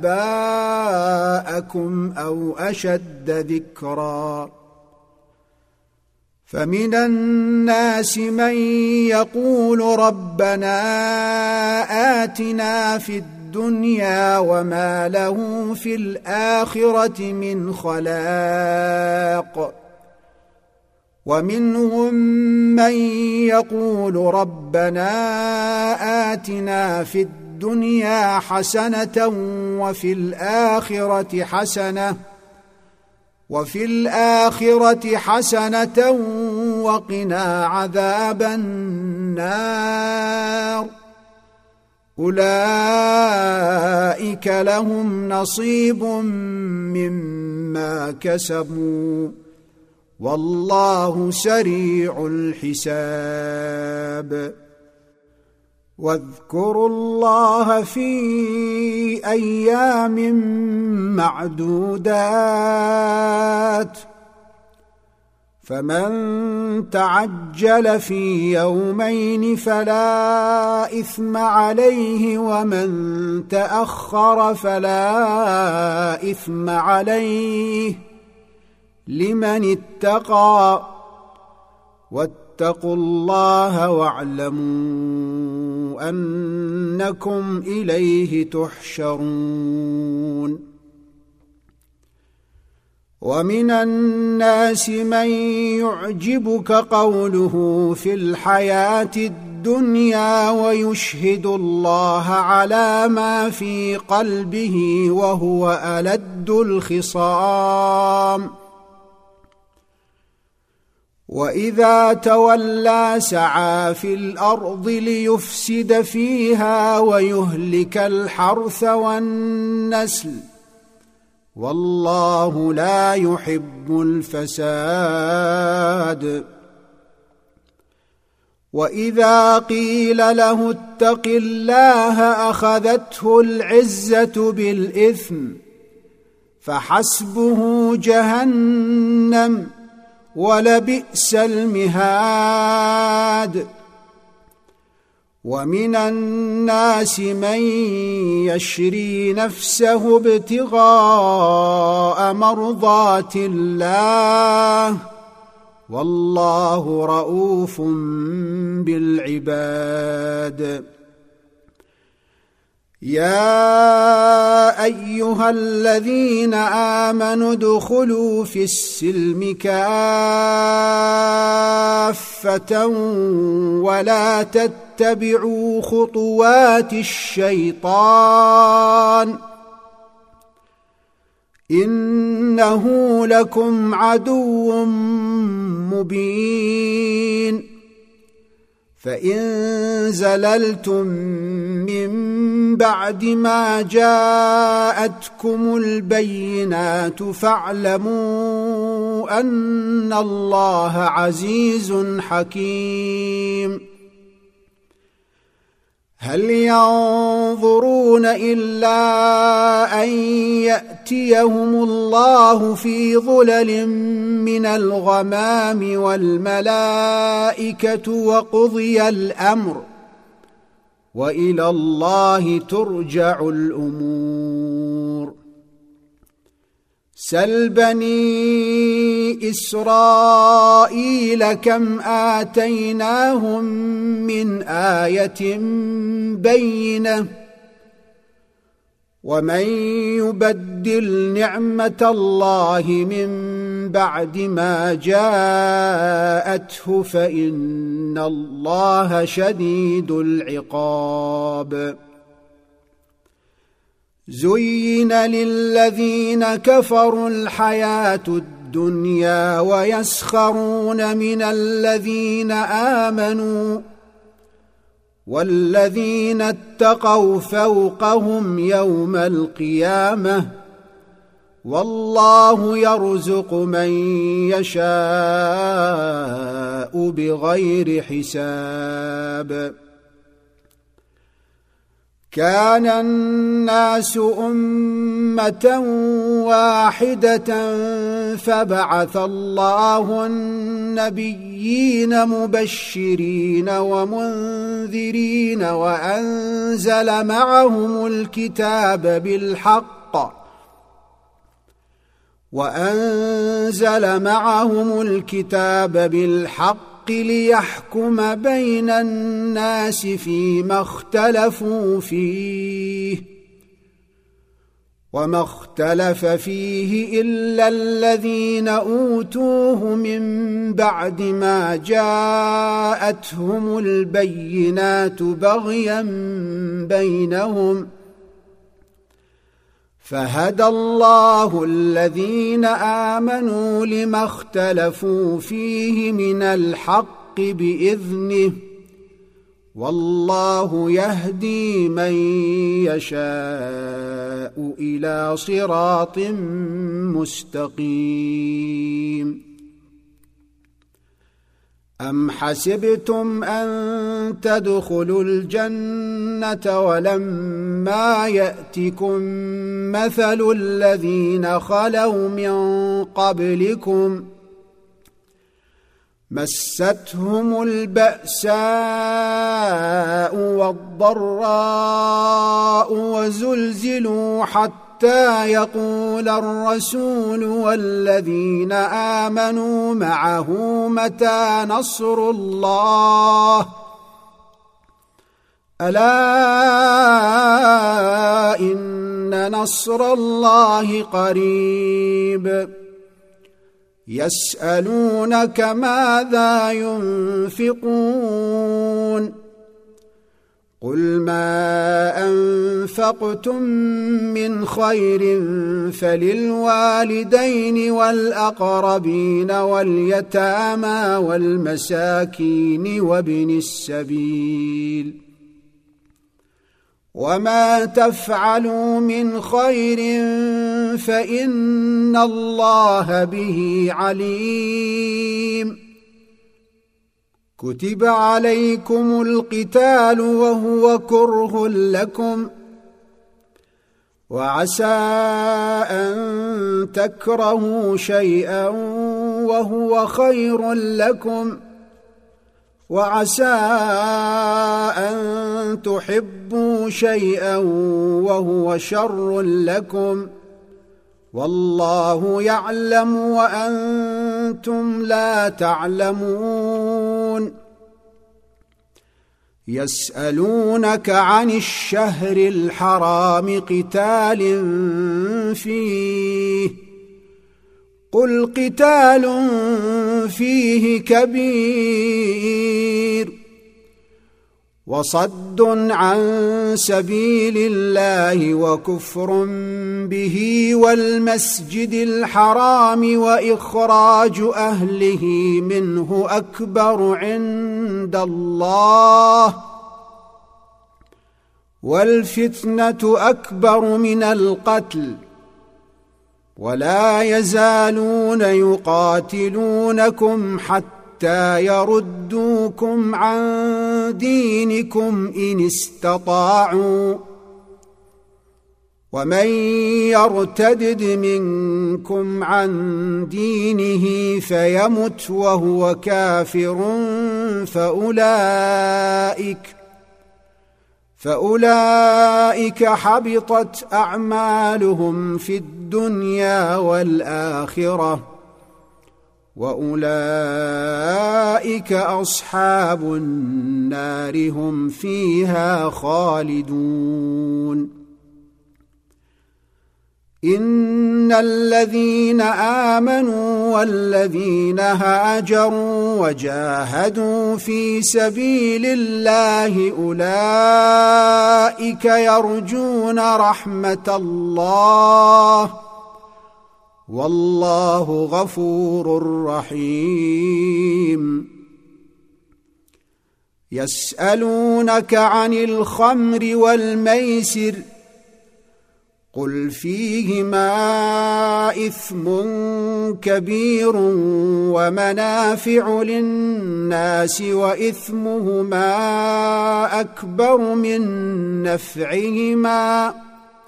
آباءكم أو أشد ذكرا فمن الناس من يقول ربنا آتنا في الدنيا وما له في الآخرة من خلاق ومنهم من يقول ربنا آتنا في الدنيا حسنة وفي الآخرة حسنة وقنا عذاب النار أولئك لهم نصيب مما كسبوا والله سريع الحساب واذكروا الله في أيام معدودات فمن تعجل في يومين فلا إثم عليه ومن تأخر فلا إثم عليه لمن اتقى واتقوا الله واعلموا أنكم إليه تحشرون ومن الناس من يعجبك قوله في الحياة الدنيا ويشهد الله على ما في قلبه وهو ألد الخصام وإذا تولى سعى في الأرض ليفسد فيها ويهلك الحرث والنسل والله لا يحب الفساد وإذا قيل له اتق الله أخذته العزة بالإثم فحسبه جهنم ولبئس المهاد ومن الناس من يشري نفسه ابتغاء مرضات الله والله رؤوف بالعباد يا أيها الذين آمنوا ادخلوا في السلم كافة ولا تتبعوا خطوات الشيطان إنه لكم عدو مبين فإن زللتم من بعد ما جاءتكم البينات فاعلموا أن الله عزيز حكيم هل ينظرون إلا أن يأتيهم الله في ظلل من الغمام والملائكة وقضي الأمر وإلى الله ترجع الأمور سل بني إسرائيل كم آتيناهم من آية بينة ومن يبدل نعمة الله من بعد ما جاءته فإن الله شديد العقاب زين للذين كفروا الحياة الدنيا ويسخرون من الذين آمنوا والذين اتقوا فوقهم يوم القيامة والله يرزق من يشاء بغير حساب كان الناس أمة واحدة فبعث الله النبيين مبشرين ومنذرين وأنزل معهم الكتاب بالحق ليحكم بين الناس فيما اختلفوا فيه وما اختلف فيه إلا الذين أوتوه من بعد ما جاءتهم البينات بغيا بينهم فهدى الله الذين آمنوا لما اختلفوا فيه من الحق بإذنه والله يهدي من يشاء إلى صراط مستقيم أم حسبتم أن تدخلوا الجنة ولما يأتكم مثل الذين خلوا من قبلكم مستهم البأساء والضراء وزلزلوا حتى يقول الرسول والذين آمنوا معه متى نصر الله ألا إن نصر الله قريب يسألونك ماذا ينفقون قل ما أنفقتم من خير فللوالدين والأقربين واليتامى والمساكين وابن السبيل وما تفعلوا من خير فإن الله به عليم كتب عليكم القتال وهو كره لكم وعسى أن تكرهوا شيئا وهو خير لكم وعسى أن تحبوا شيئا وهو شر لكم والله يعلم وأنتم لا تعلمون يسألونك عن الشهر الحرام قتال فيه قل قتال فيه كبير وصد عن سبيل الله وكفر به والمسجد الحرام وإخراج أهله منه أكبر عند الله والفتنة أكبر من القتل ولا يزالون يقاتلونكم حتى يردوكم عن دينكم إن استطاعوا ومن يرتدد منكم عن دينه فيمت وهو كافر فأولئك حبطت أعمالهم في الدنيا والآخرة وأولئك أصحاب النار هم فيها خالدون إن الذين آمنوا والذين هاجروا وجاهدوا في سبيل الله أولئك يرجون رحمة الله والله غفور رحيم يسألونك عن الخمر والميسر قل فيهما إثم كبير ومنافع للناس وإثمهما أكبر من نفعهما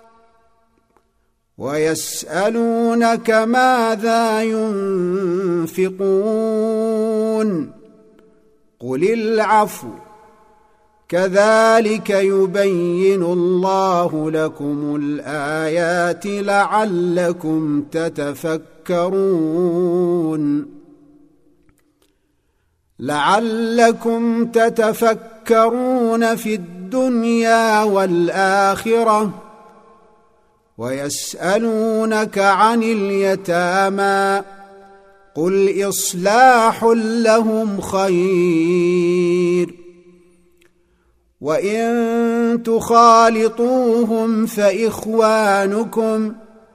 ويسألونك ماذا ينفقون قل العفو كذلك يبين الله لكم الآيات لعلكم تتفكرون في الدنيا والآخرة ويسألونك عن اليتامى قل إصلاح لهم خير وإن تخالطوهم فإخوانكم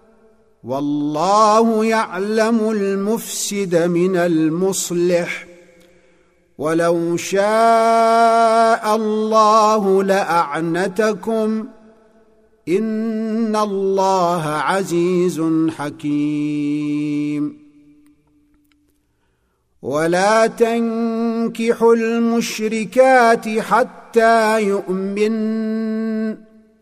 والله يعلم المفسد من المصلح ولو شاء الله لأعنتكم إن الله عزيز حكيم ولا تنكحوا المشركات حتى يؤمن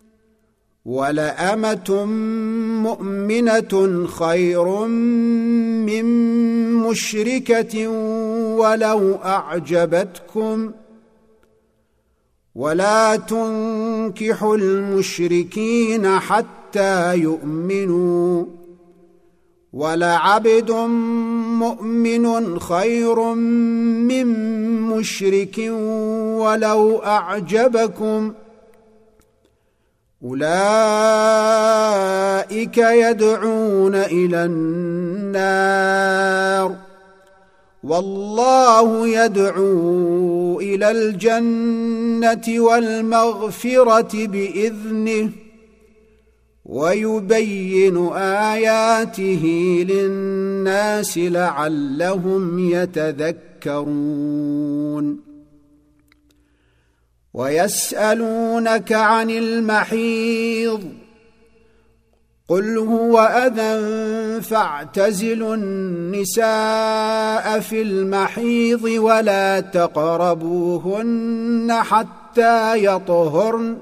ولأمة مؤمنة خير من مشركة ولو أعجبتكم ولا تنكحوا المشركين حتى يؤمنوا ولعبد مؤمن خير من مشرك ولو أعجبكم أولئك يدعون إلى النار والله يدعو إلى الجنة والمغفرة بإذنه ويبين آياته للناس لعلهم يتذكرون ويسألونك عن المحيض قل هو أذى فاعتزلوا النساء في المحيض ولا تقربوهن حتى يطهرن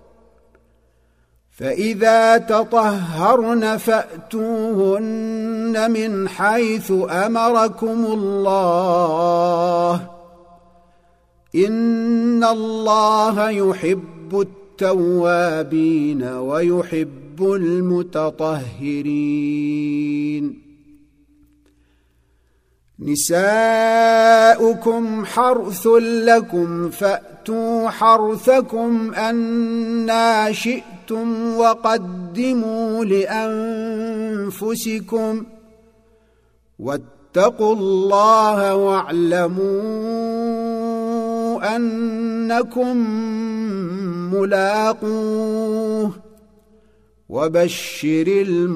فإذا تطهرن فأتوهن من حيث أمركم الله إن الله يحب التوابين ويحب المتطهرين نساؤكم حرث لكم فأتوا حرثكم أنى شئتم وقدموا لأنفسكم واتقوا الله واعلموا أنكم ملاقوه وبشر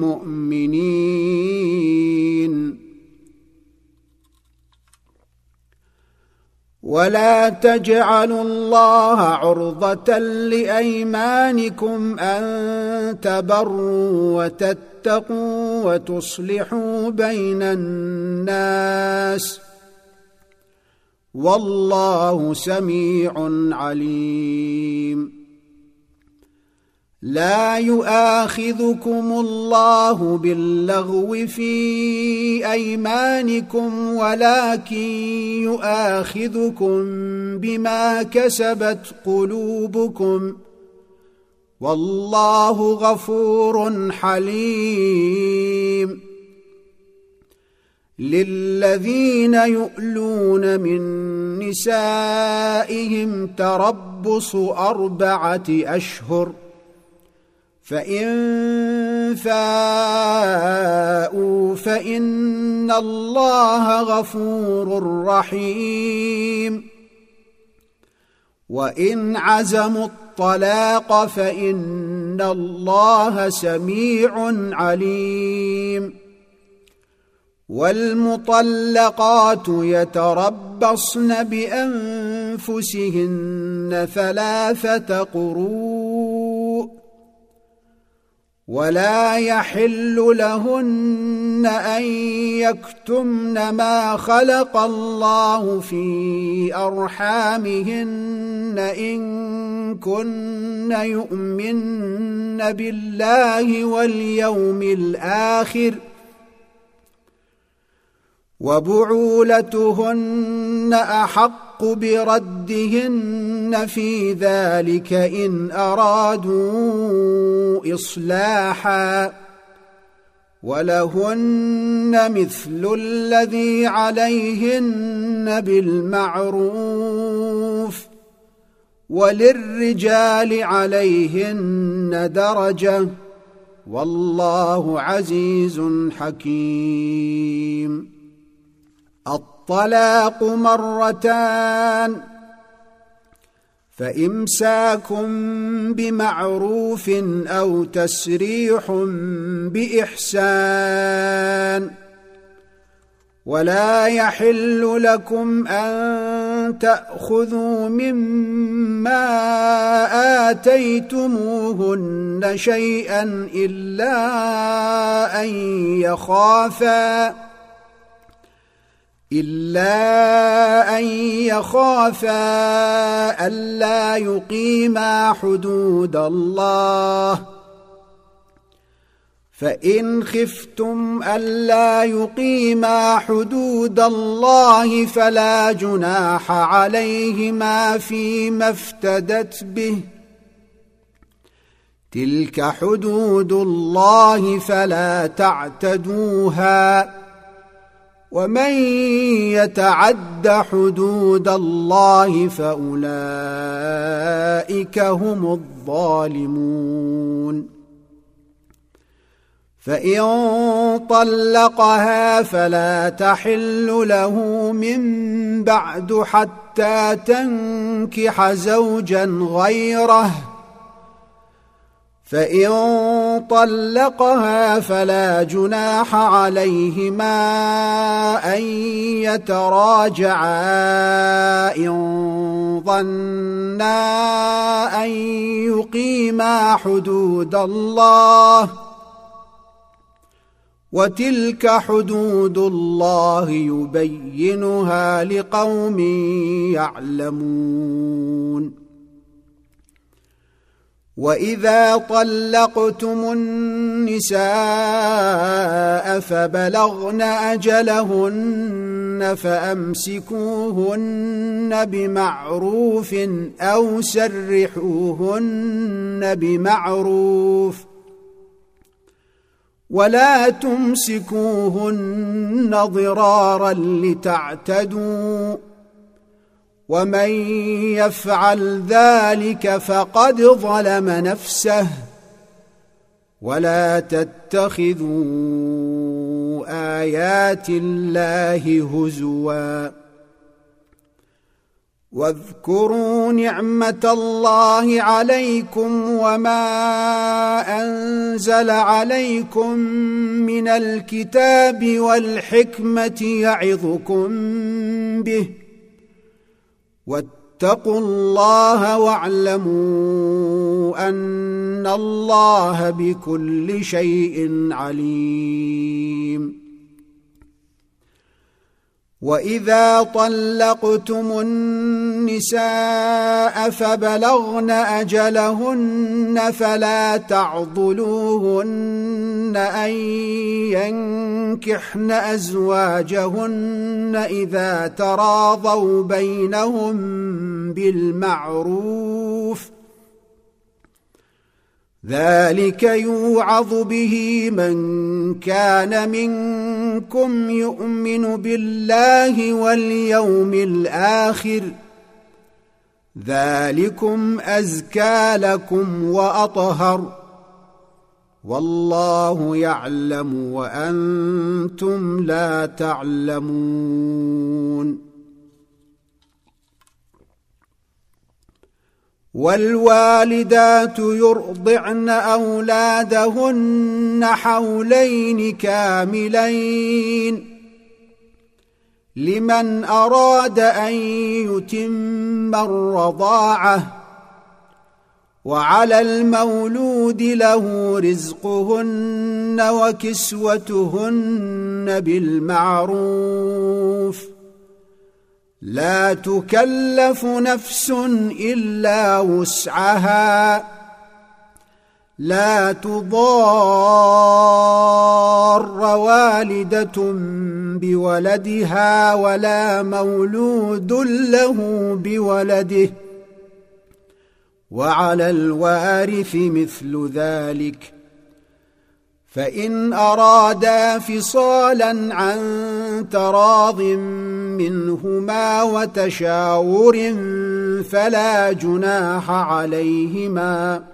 المؤمنين ولا تجعلوا الله عرضة لأيمانكم أن تبروا وتتقوا وتصلحوا بين الناس والله سميع عليم لا يؤاخذكم الله باللغو في أيمانكم ولكن يؤاخذكم بما كسبت قلوبكم والله غفور حليم للذين يؤلون من نسائهم تربص 4 أشهر فإن فاءوا فإن الله غفور رحيم وإن عزموا الطلاق فإن الله سميع عليم والمطلقات يتربصن بأنفسهن 3 قروء ولا يحل لهن أن يكتمن ما خلق الله في أرحامهن إن كن يؤمن بالله واليوم الآخر وبعولتهن أحق بردهن في ذلك إن أرادوا إصلاحا ولهن مثل الذي عليهن بالمعروف وللرجال عليهن درجة والله عزيز حكيم. الطلاق مرتان فإمساك بمعروف أو تسريح بإحسان ولا يحل لكم أن تأخذوا مما آتيتموهن شيئا إلا أن يخافا ألا يقيما حدود الله فإن خفتم ألا يقيما حدود الله فلا جناح عليهما فيما افتدت به تلك حدود الله فلا تعتدوها ومن يتعد حدود الله فأولئك هم الظالمون. فإن طلقها فلا تحل له من بعد حتى تنكح زوجا غيره فإن طلقها فلا جناح عليهما أن يتراجعا إن ظنا أن يقيما حدود الله وتلك حدود الله يبينها لقوم يعلمون. وإذا طلقتم النساء فبلغن أجلهن فأمسكوهن بمعروف أو سرحوهن بمعروف ولا تمسكوهن ضرارا لتعتدوا ومن يفعل ذلك فقد ظلم نفسه ولا تتخذوا آيات الله هزوا واذكروا نعمة الله عليكم وما أنزل عليكم من الكتاب والحكمة يعظكم به واتقوا الله واعلموا أن الله بكل شيء عليم. وإذا طلقتم النساء فبلغن أجلهن فلا تعضلوهن أن ينكحن أزواجهن إذا تراضوا بينهم بالمعروف ذلك يوعظ به من كان منكم يؤمن بالله واليوم الآخر ذلكم أزكى لكم وأطهر والله يعلم وأنتم لا تعلمون. والوالدات يرضعن أولادهن حولين كاملين لمن أراد أن يتم الرضاعة وعلى المولود له رزقهن وكسوتهن بالمعروف لا تكلف نفس إلا وسعها لا تضار والدة بولدها ولا مولود له بولده وعلى الوارث مثل ذلك فإن أرادا فصالا عن تراض منهما وتشاور فلا جناح عليهما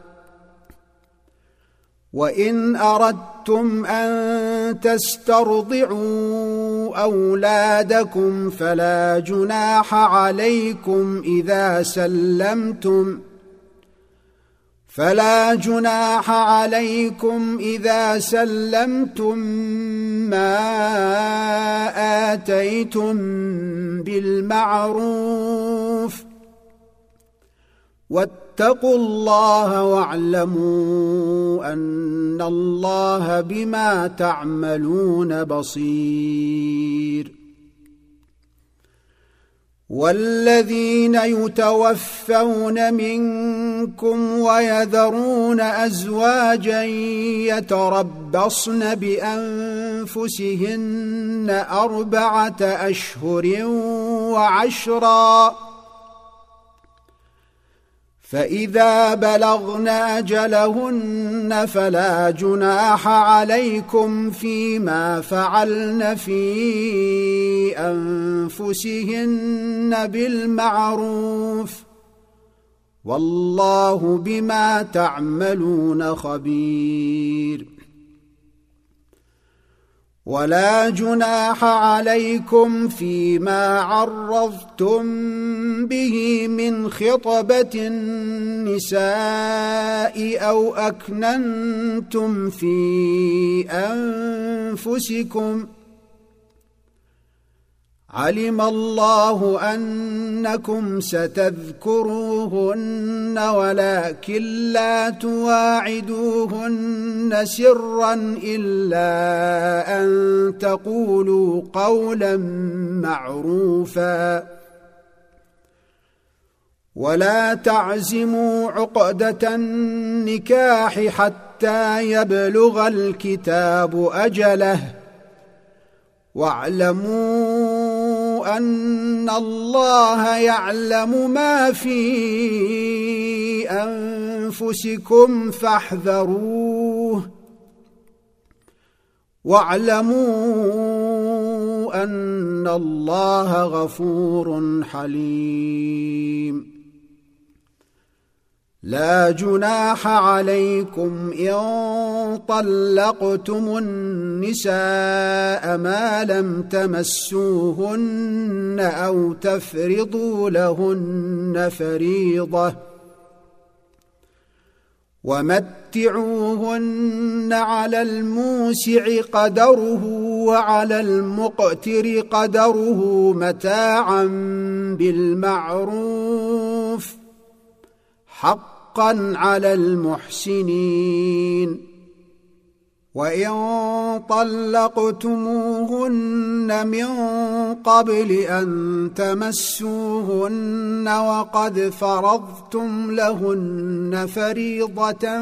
وإن أردتم أن تسترضعوا أولادكم فلا جناح عليكم إذا سلمتم ما آتيتم بالمعروف واتقوا الله واعلموا أن الله بما تعملون بصير والذين يتوفون منكم ويذرون أزواجا يتربصن بأنفسهن 4 أشهر و10 فإذا بلغن أجلهن فلا جناح عليكم فيما فعلن في أنفسهن بالمعروف والله بما تعملون خبير ولا جناح عليكم فيما عرضتم به من خطبة النساء أو أكننتم في أنفسكم علم الله أنكم ستذكروهن ولكن لا تواعدوهن سرا إلا أن تقولوا قولا معروفا ولا تعزموا عقدة النكاح حتى يبلغ الكتاب أجله واعلموا أن الله يعلم ما في أنفسكم فاحذروه واعلموا أن الله غفور حليم لا جناح عليكم إن طلقتم النساء ما لم تمسوهن أو تفرضوا لهن فريضة ومتعوهن على الموسع قدره وعلى المقتر قدره متاعا بالمعروف حقا على المحسنين وإن طلقتموهن من قبل أن تمسوهن وقد فرضتم لهن فريضة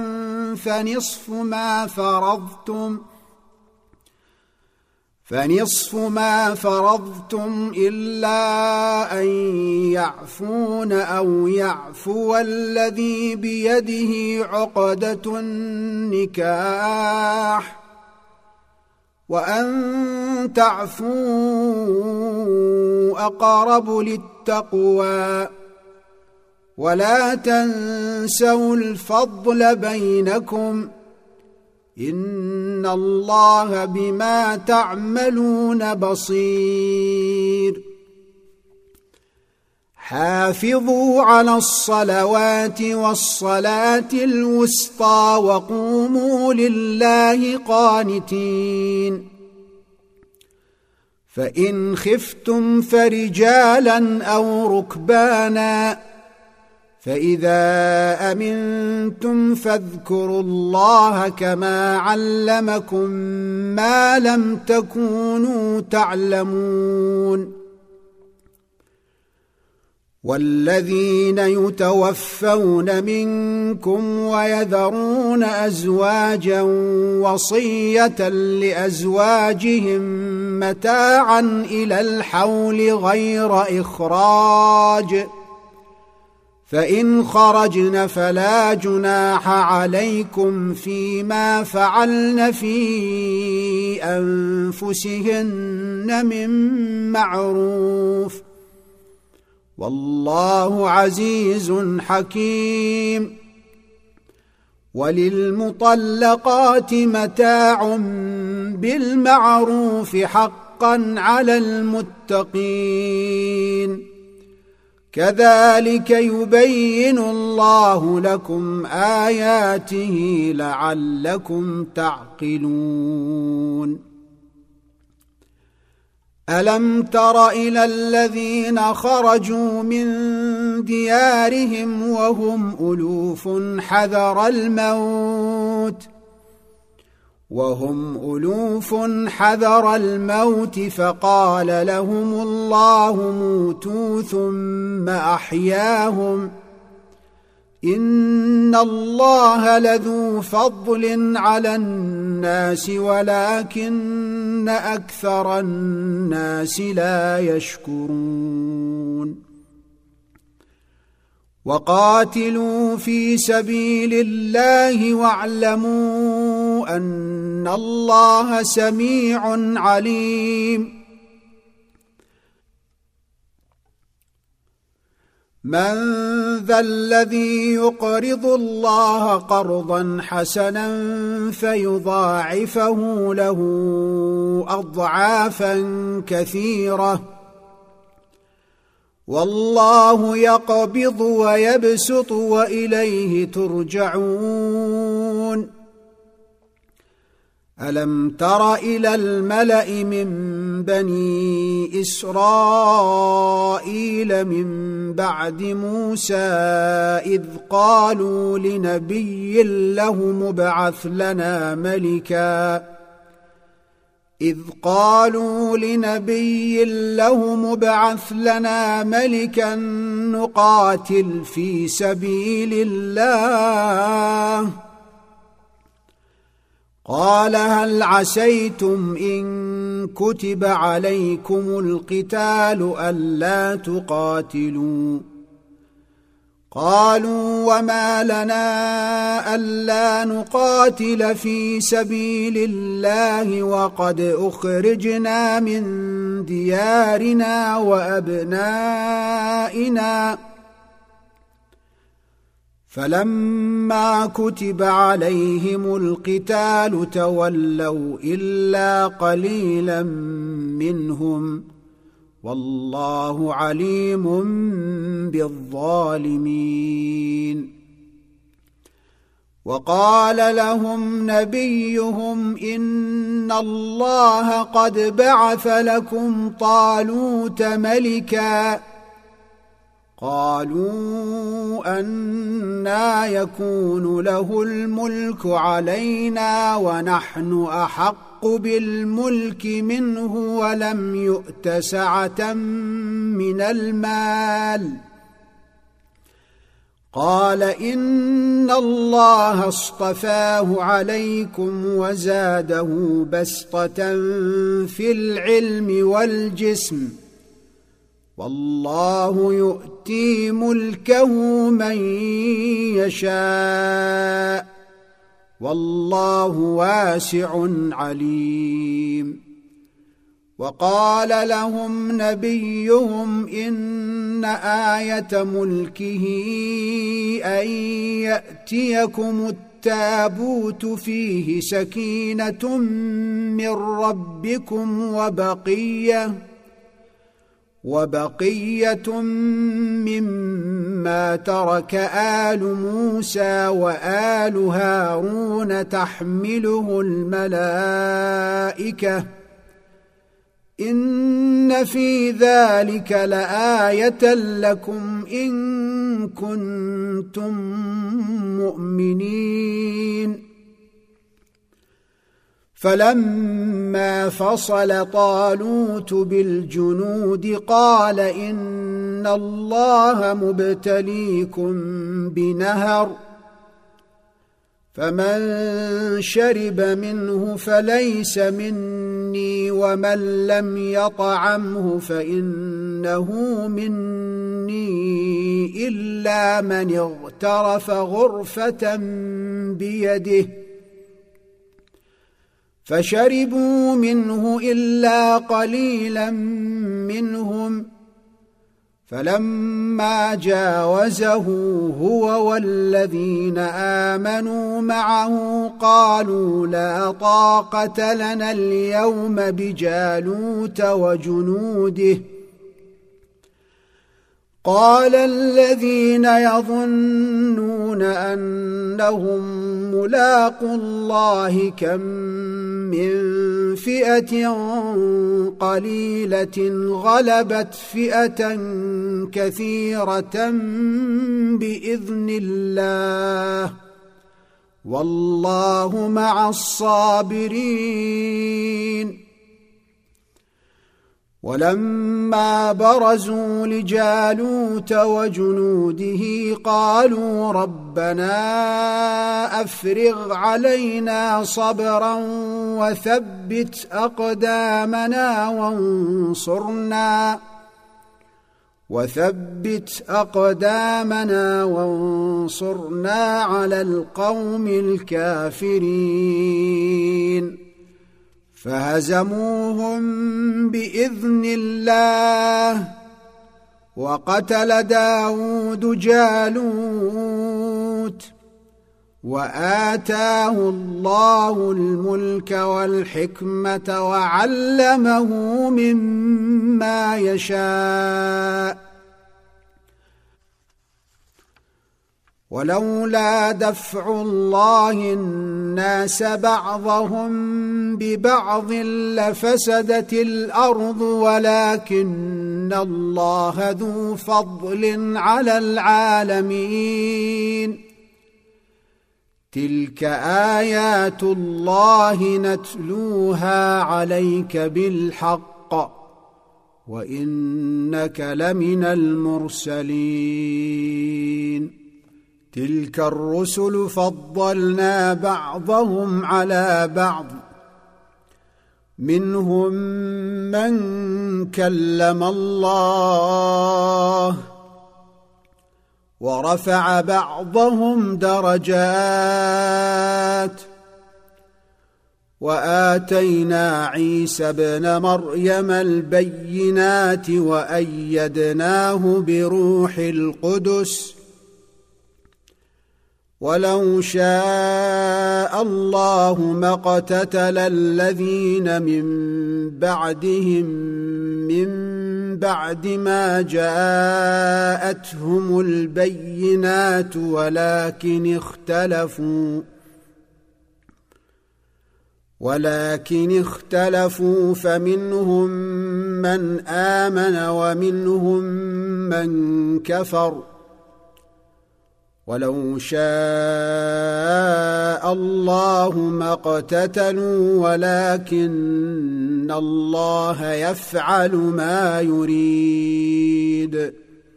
فنصف ما فرضتم إلا أن يعفون أو يعفو الذي بيده عقدة النكاح وأن تعفوا أقرب للتقوى ولا تنسوا الفضل بينكم إن الله بما تعملون بصير حافظوا على الصلوات والصلاة الوسطى وقوموا لله قانتين فإن خفتم فرجالا أو ركبانا فإذا أمنتم فاذكروا الله كما علمكم ما لم تكونوا تعلمون والذين يتوفون منكم ويذرون أزواجا وصية لأزواجهم متاعا إلى الحول غير إخراج فإن خرجن فلا جناح عليكم فيما فعلن في أنفسهن من معروف والله عزيز حكيم وللمطلقات متاع بالمعروف حقا على المتقين كذلك يبين الله لكم آياته لعلكم تعقلون ألم تر إلى الذين خرجوا من ديارهم وهم ألوف حذر الموت فقال لهم الله موتوا ثم أحياهم إن الله لذو فضل على الناس ولكن أكثر الناس لا يشكرون وقاتلوا في سبيل الله واعلموا أن الله سميع عليم من ذا الذي يقرض الله قرضا حسنا فيضاعفه له أضعافا كثيرة والله يقبض ويبسط وإليه ترجعون ألم تر إلى الملأ من بني إسرائيل من بعد موسى إذ قالوا لنبي له مبعث لنا ملكا نقاتل في سبيل الله قال هل عسيتم إن كتب عليكم القتال ألا تقاتلوا قالوا وما لنا ألا نقاتل في سبيل الله وقد أخرجنا من ديارنا وأبنائنا فلما كتب عليهم القتال تولوا إلا قليلا منهم والله عليم بالظالمين وقال لهم نبيهم إن الله قد بعث لكم طالوت ملكا قالوا أنى يكون له الملك علينا ونحن أحق بالملك منه ولم يؤت سعة من المال قال إن الله اصطفاه عليكم وزاده بسطة في العلم والجسم والله يؤتي ملكه من يشاء والله واسع عليم وقال لهم نبيهم إن آية ملكه أن يأتيكم التابوت فيه سكينة من ربكم وبقية مما ترك آل موسى وآل هارون تحمله الملائكة إن في ذلك لآية لكم إن كنتم مؤمنين. فلما فصل طالوت بالجنود قال إن الله مبتليكم بنهر، فمن شرب منه فليس مني، ومن لم يطعمه فإنه مني إلا من اغترف غرفة بيده، فشربوا منه إلا قليلا منهم. فلما جاوزه هو والذين آمنوا معه قالوا لا طاقة لنا اليوم بجالوت وجنوده. قال الذين يظنون أنهم ملاقو الله كم من فئة قليلة غلبت فئة كثيرة بإذن الله، والله مع الصابرين. ولما برزوا لجالوت وجنوده قالوا ربنا أفرغ علينا صبرا وثبت أقدامنا وانصرنا على القوم الكافرين. فهزموهم بإذن الله، وقتل داود جالوت، وآتاه الله الملك والحكمة وعلمه مما يشاء. ولولا دفع الله الناس بعضهم ببعض لفسدت الأرض، ولكن الله ذو فضل على العالمين. تلك آيات الله نتلوها عليك بالحق، وإنك لمن المرسلين. تلك الرسل فضلنا بعضهم على بعض، منهم من كلم الله، ورفع بعضهم درجات، وآتينا عيسى ابن مريم البينات وأيدناه بروح القدس. ولو شاء الله ما اقتتل الذين من بعدهم من بعد ما جاءتهم البينات ولكن اختلفوا فمنهم من آمن ومنهم من كفر. ولو شاء الله ما اقتتلوا ولكن الله يفعل ما يريد.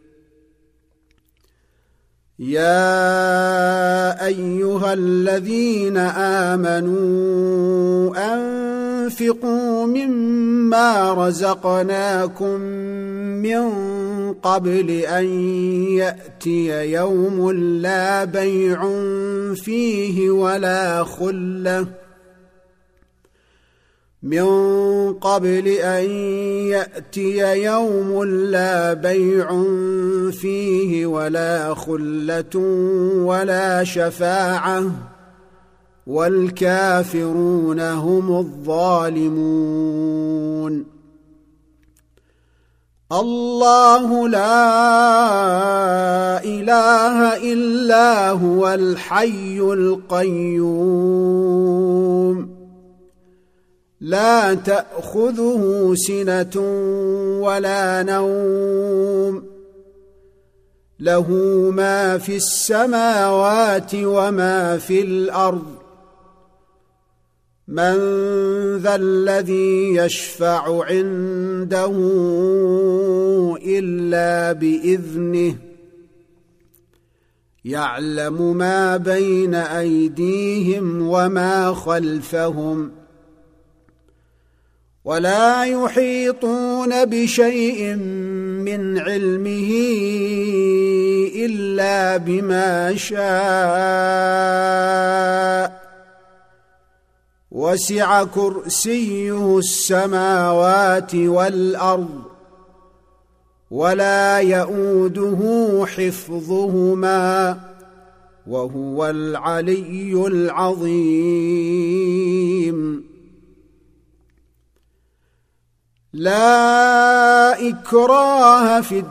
يا أيها الذين آمنوا أنفقوا مما رزقناكم من قبل أن يأتي يوم لا بيع فيه ولا خلة من قبل أن يأتي يوم لا بيع فيه ولا خلة ولا شفاعة والكافرون هم الظالمون. الله لا إله إلا هو الحي القيوم لا تأخذه سنة ولا نوم له ما في السماوات وما في الأرض من ذا الذي يشفع عنده إلا بإذنه يعلم ما بين أيديهم وما خلفهم ولا يحيطون بشيء من علمه إلا بما شاء وسع كرسيه السماوات والأرض ولا يؤوده حفظهما وهو العلي العظيم لا إكراه في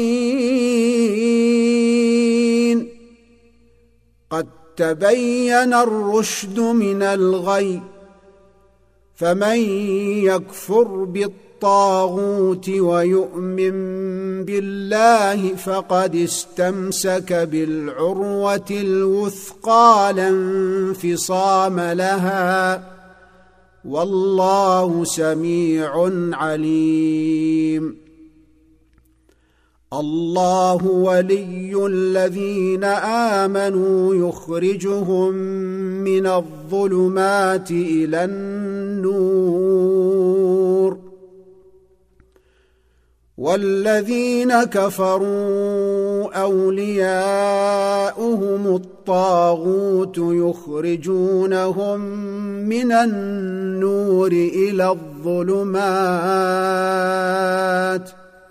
الدين قد تبين الرشد من الغي فمن يكفر بالطاغوت ويؤمن بالله فقد استمسك بالعروة الوثقى لا انفصام لها والله سميع عليم الله ولي الذين آمنوا يخرجهم من الظلمات إلى النور والذين كفروا أولياؤهم الطاغوت يخرجونهم من النور إلى الظلمات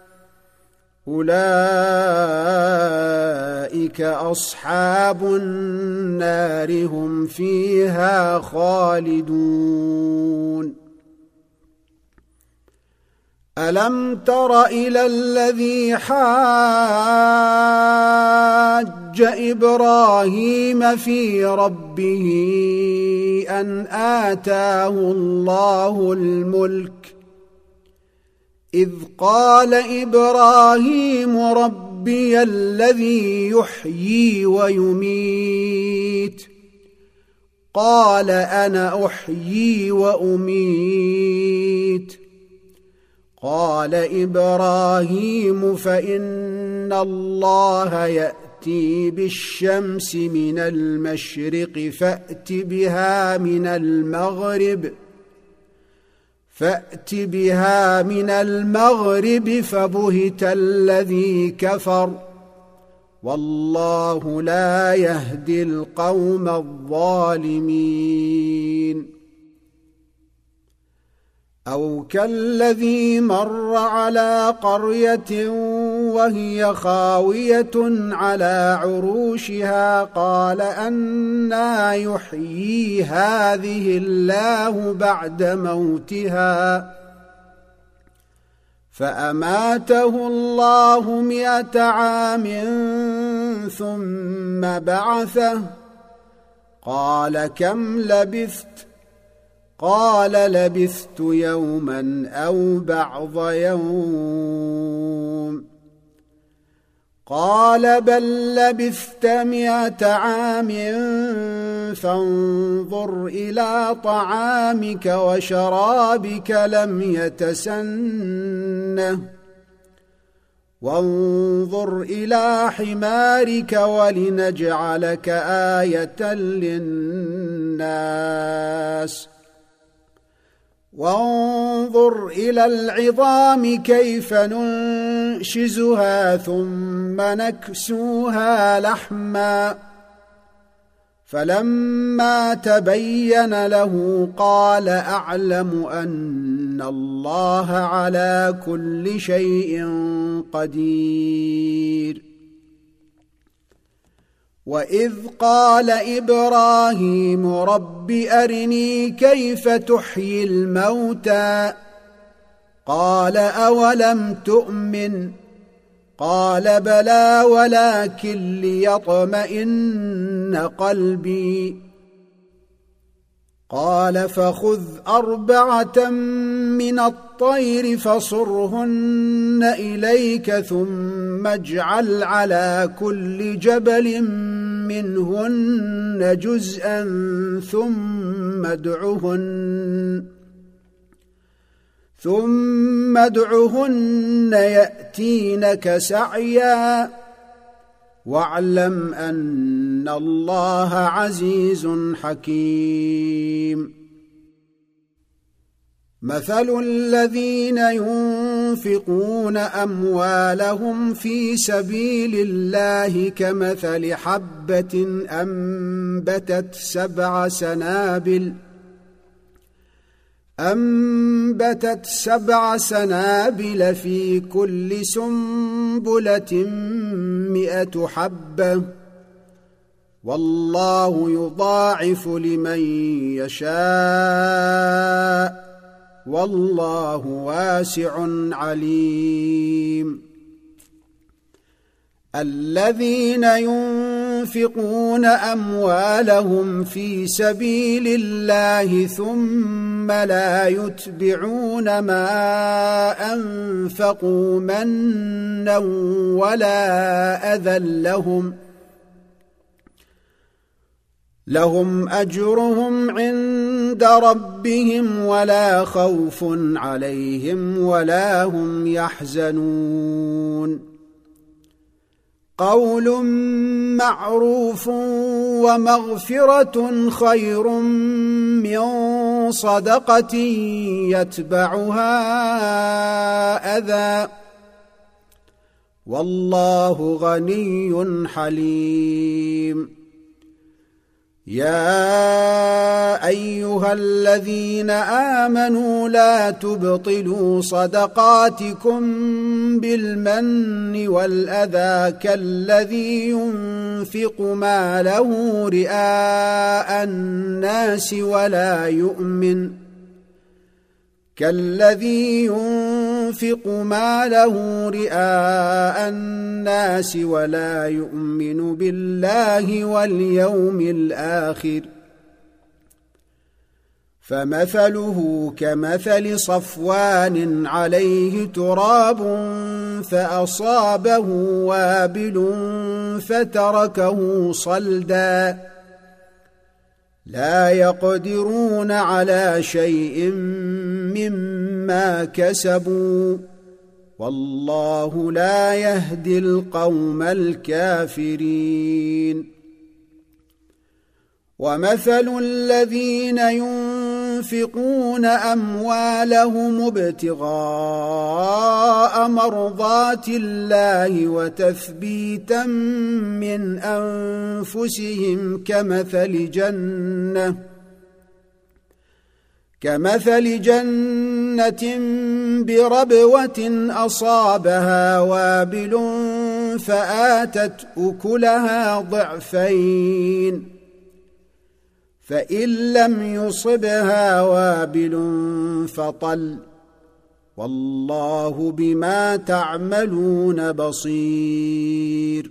أولئك أصحاب النار هم فيها خالدون ألم تر إلى الذي حاج إبراهيم في ربه أن آتاه الله الملك إذ قال إبراهيم ربي الذي يحيي ويميت قال أنا أحيي وأميت قال إبراهيم فإن الله يأتي بالشمس من المشرق فأت بها من المغرب فبهت الذي كفر والله لا يهدي القوم الظالمين أو كالذي مر على قرية وهي خاوية على عروشها قال أنى يحيي هذه الله بعد موتها فأماته الله 100 عام ثم بعثه قال كم لبثت قال لبثت يوما أو بعض يوم قال بل لبثت 100 عام فانظر إلى طعامك وشرابك لم يتسنه وانظر إلى حمارك ولنجعلك آية للناس وانظر إلى العظام كيف ننشزها ثم نكسوها لحما فلما تبين له قال أعلم أن الله على كل شيء قدير وإذ قال إبراهيم رب أرني كيف تحيي الموتى قال أولم تؤمن قال بلى ولكن ليطمئن قلبي قال فخذ 4 من الطير فصرهن إليك ثم اجعل على كل جبل منهن جزءا ثم ادعهن يأتينك سعيا واعلم أن الله عزيز حكيم. مثل الذين ينفقون أموالهم في سبيل الله كمثل حبة أنبتت 7 سنابل في كل سنبلة 100 حبة والله يضاعف لمن يشاء والله واسع عليم. الذين ينفقون أموالهم في سبيل الله ثم لا يتبعون ما أنفقوا منا ولا أذى لهم أجرهم عند ربهم ولا خوف عليهم ولا هم يحزنون. قول معروف ومغفرة خير من صدقة يتبعها أذى والله غني حليم. يا أيها الذين آمنوا لا تبطلوا صدقاتكم بالمن والأذى كالذي ينفق ماله رئاء الناس ولا يؤمن بالله واليوم الآخر فمثله كمثل صفوان عليه تراب فأصابه وابل فتركه صلدا لا يقدرون على شيء مما كسبوا والله لا يهدي القوم الكافرين. ومثل الذين ينفقون أموالهم ابتغاء مرضات الله وتثبيتا من أنفسهم كمثل جنة بربوة أصابها وابل فآتت أكلها ضعفين فإن لم يصبها وابل فطل والله بما تعملون بصير.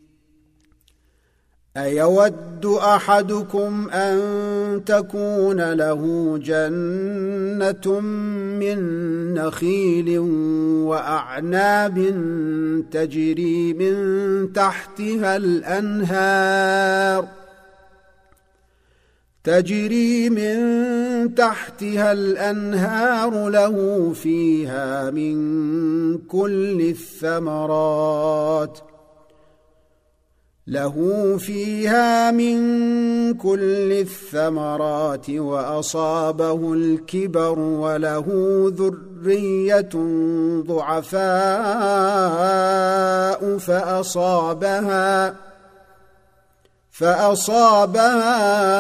أيود أحدكم أن تكون له جنة من نخيل وأعناب تجري من تحتها الأنهار له فيها من كل الثمرات وأصابه الكبر وله ذرية ضعفاء فأصابها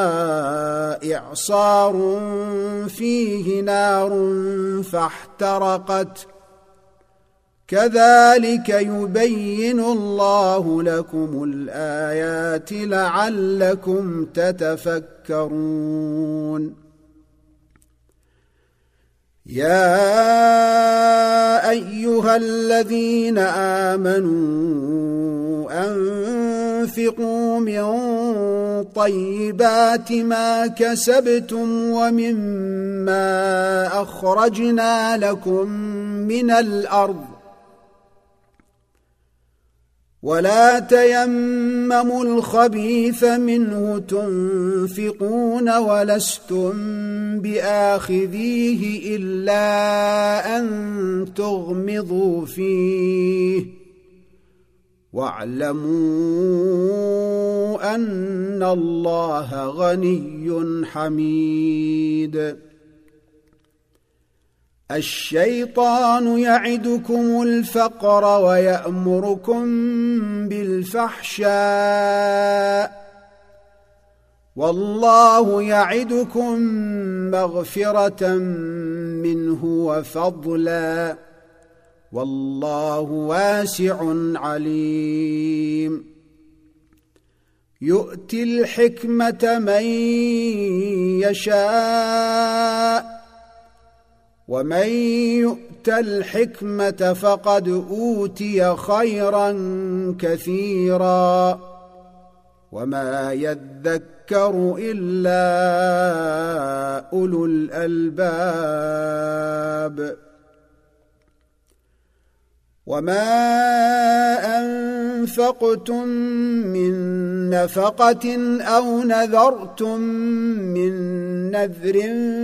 إعصار فيه نار فاحترقت كذلك يبين الله لكم الآيات لعلكم تتفكرون. يا أيها الذين آمنوا أنفقوا من طيبات ما كسبتم ومما أخرجنا لكم من الأرض ولا تيمموا الخبيث منه تنفقون ولستم بآخذيه إلا أن تغمضوا فيه واعلموا أن الله غني حميد. الشيطان يعدكم الفقر ويأمركم بالفحشاء والله يعدكم مغفرة منه وفضلا والله واسع عليم. يؤتي الحكمة من يشاء ومن يؤت الحكمة فقد أوتي خيرا كثيرا وما يذكر إلا أولو الألباب. وما أنفقتم من نفقة أو نذرتم من نذر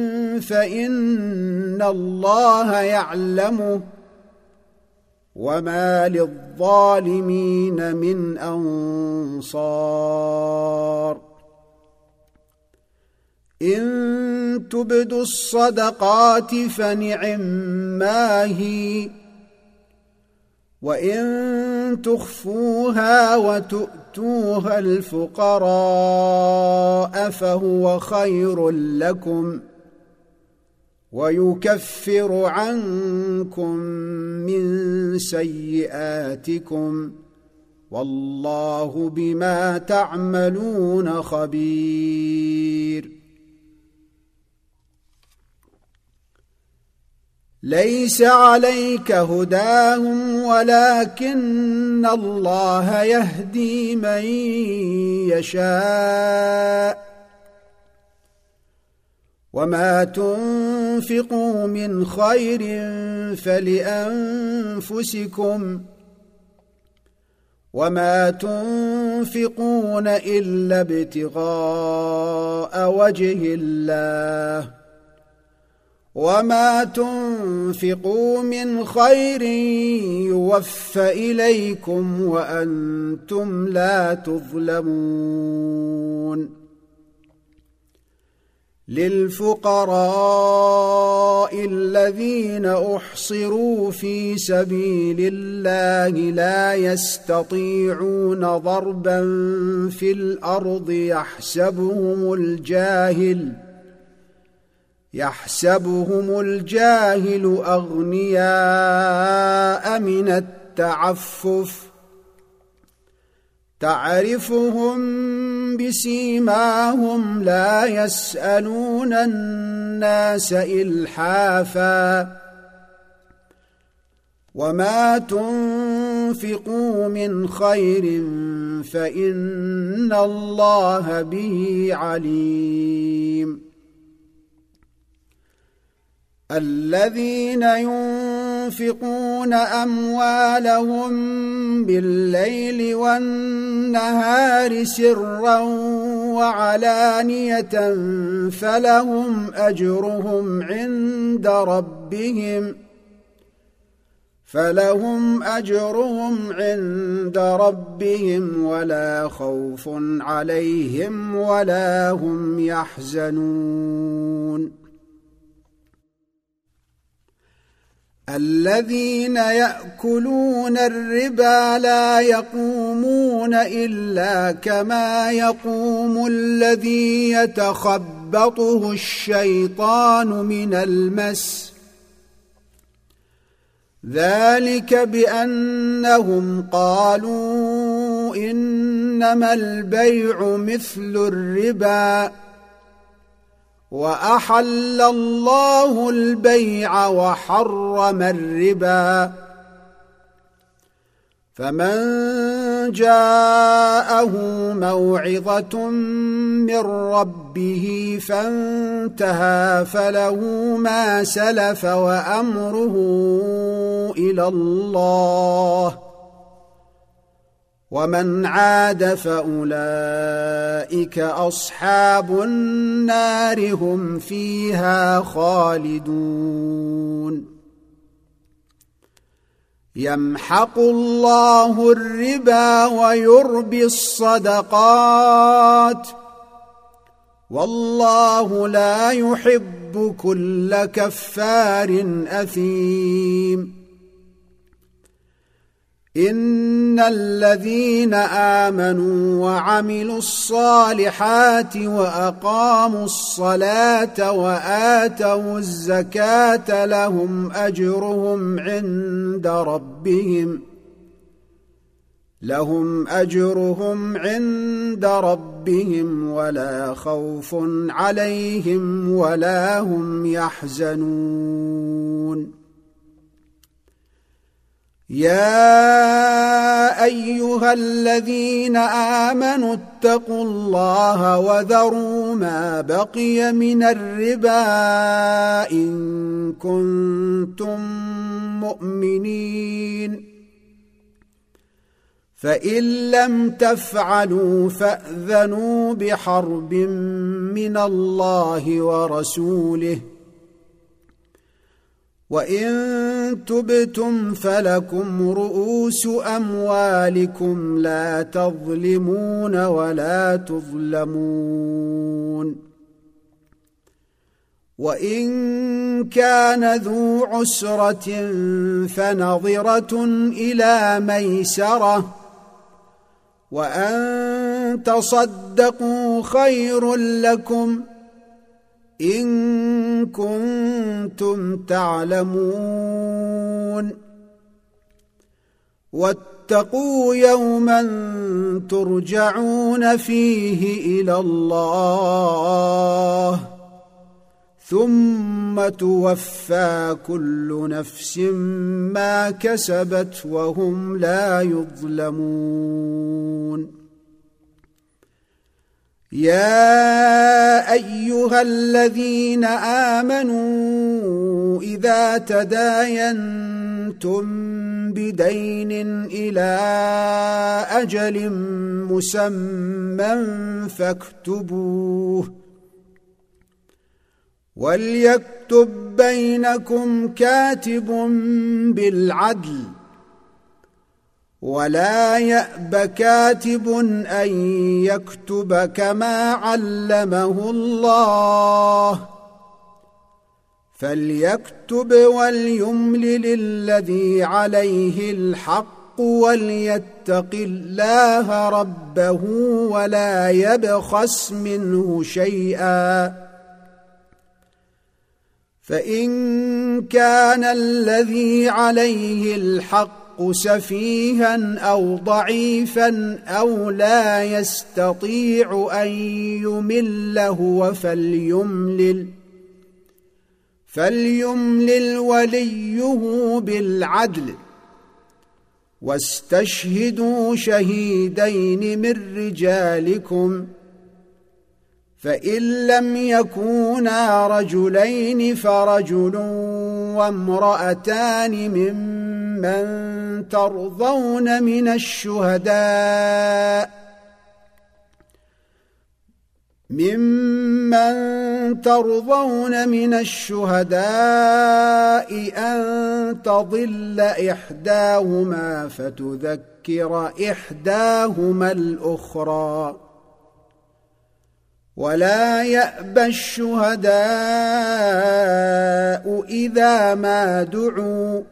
فإن الله يعلمه وما للظالمين من أنصار. إن تبدوا الصدقات فنعما هي وإن تخفوها وتؤتوها الفقراء فهو خير لكم ويكفر عنكم من سيئاتكم والله بما تعملون خبير. ليس عليك هداهم ولكن الله يهدي من يشاء وما تنفقوا من خير فلأنفسكم وما تنفقون إلا ابتغاء وجه الله وما تنفقوا من خير يوفى إليكم وأنتم لا تظلمون. للفقراء الذين أحصروا في سبيل الله لا يستطيعون ضربا في الأرض يحسبهم الجاهل أغنياء من التعفف تعرفهم بسيماهم لا يسألون الناس إلحافا وما تنفقوا من خير فإن الله به عليم. الذين ينفقون أموالهم بالليل والنهار سرا وعلانية فلهم أجرهم عند ربهم ولا خوف عليهم ولا هم يحزنون. الذين يأكلون الربا لا يقومون إلا كما يقوم الذي يتخبطه الشيطان من المس ذلك بأنهم قالوا إنما البيع مثل الربا وأحل الله البيع وحرم الربا فمن جاءه موعظة من ربه فانتهى فله ما سلف وأمره إلى الله، ومن عاد فأولئك أصحاب النار هم فيها خالدون. يمحق الله الربا ويربي الصدقات، والله لا يحب كل كفار أثيم. إن الذين آمنوا وعملوا الصالحات وأقاموا الصلاة وآتوا الزكاة لهم أجرهم عند ربهم ولا خوف عليهم ولا هم يحزنون. يا أيها الذين آمنوا اتقوا الله وذروا ما بقي من الربا إن كنتم مؤمنين، فإن لم تفعلوا فأذنوا بحرب من الله ورسوله، وإن تبتم فلكم رؤوس أموالكم لا تظلمون ولا تظلمون. وإن كان ذو عسرة فنظرة إلى ميسرة، وأن تصدقوا خير لكم إن كنتم تعلمون. واتقوا يوما ترجعون فيه إلى الله ثم توفى كل نفس ما كسبت وهم لا يظلمون. يا أيها الذين آمنوا إذا تداينتم بدين إلى أجل مسمى فاكتبوه، وليكتب بينكم كاتب بالعدل، ولا يأب كاتب أن يكتب كما علمه الله، فليكتب وليملل الذي عليه الحق وليتق الله ربه ولا يبخس منه شيئا، فإن كان الذي عليه الحق سفيها أو ضعيفا أو لا يستطيع أن يمل هو فليملل وليه بالعدل، واستشهدوا شهيدين من رجالكم، فإن لم يكونا رجلين فرجل وامرأتان ممن ترضون من الشهداء أن تضل إحداهما فتذكر إحداهما الأخرى، ولا يأبى الشهداء إذا ما دعوا،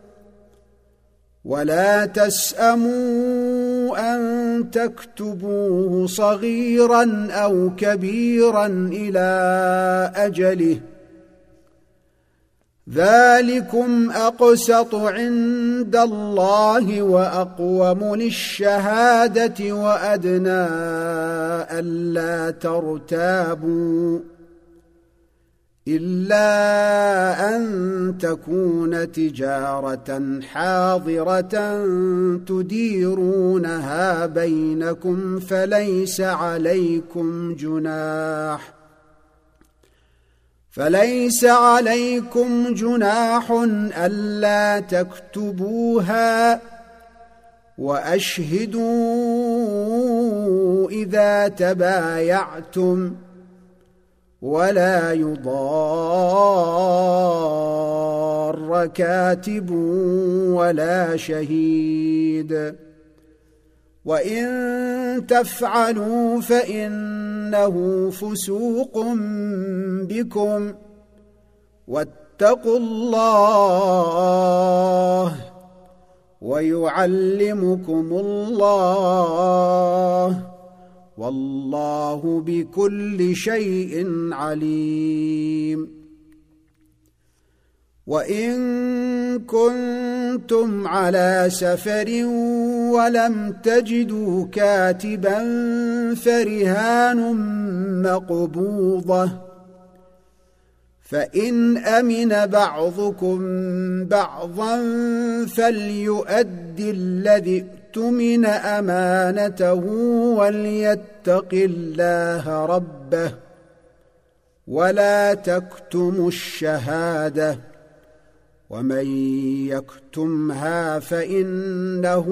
ولا تسأموا أن تكتبوه صغيرا أو كبيرا إلى أجله، ذلكم أقسط عند الله وأقوم للشهادة وأدنى ألا ترتابوا، إلا أن تكون تجارة حاضرة تديرونها بينكم فليس عليكم جناح ألا تكتبوها، وأشهدوا إذا تبايعتم، ولا يضار كاتب ولا شهيد، وإن تفعلوا فإنه فسوق بكم، واتقوا الله ويعلمكم الله، والله بكل شيء عليم. وإن كنتم على سفر ولم تجدوا كاتبا فرهان مقبوضة، فإن أمن بعضكم بعضا فليؤد الذي اؤتمن أمانته وليتق الله ربه، ولا تكتموا الشهادة، ومن يكتمها فإنه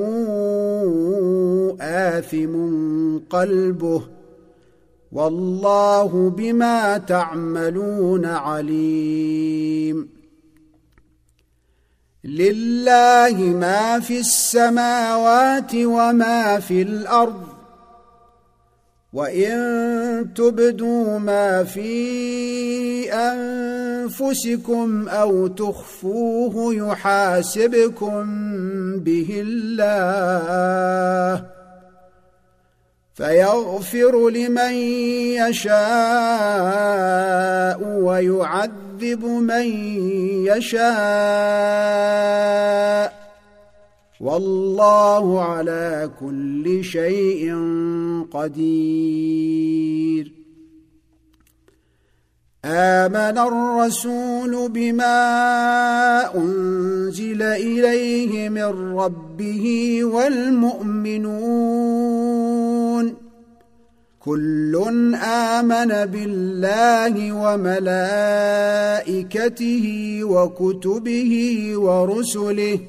آثم قلبه، والله بما تعملون عليم. لله ما في السماوات وما في الأرض، وإن تبدوا ما في أنفسكم أو تخفوه يحاسبكم به الله، فيغفر لمن يشاء ويعذب من يشاء، والله على كل شيء قدير. آمن الرسول بما أنزل إليه من ربه والمؤمنون كل آمن بالله وملائكته وكتبه ورسله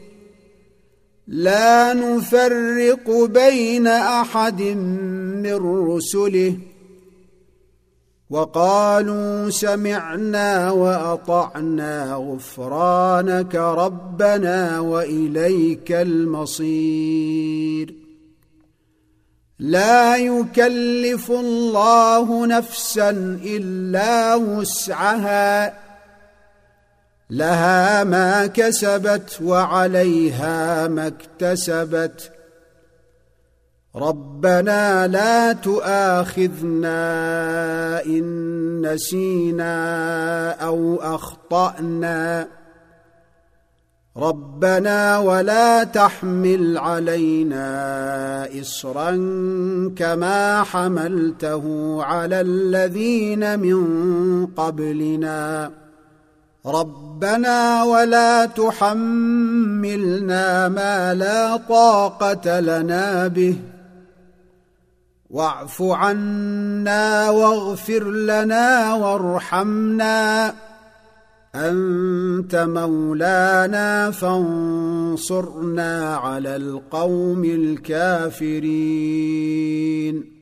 لا نفرق بين أحد من رسله، وقالوا سمعنا وأطعنا غفرانك ربنا وإليك المصير. لا يكلف الله نفسا إلا وسعها، لها ما كسبت وعليها ما اكتسبت، ربنا لا تؤاخذنا إن نسينا أو أخطأنا، ربنا ولا تحمل علينا إصرا كما حملته على الذين من قبلنا، ربنا ولا تحملنا ما لا طاقة لنا به، واعف عنا واغفر لنا وارحمنا، أنت مولانا فانصرنا على القوم الكافرين.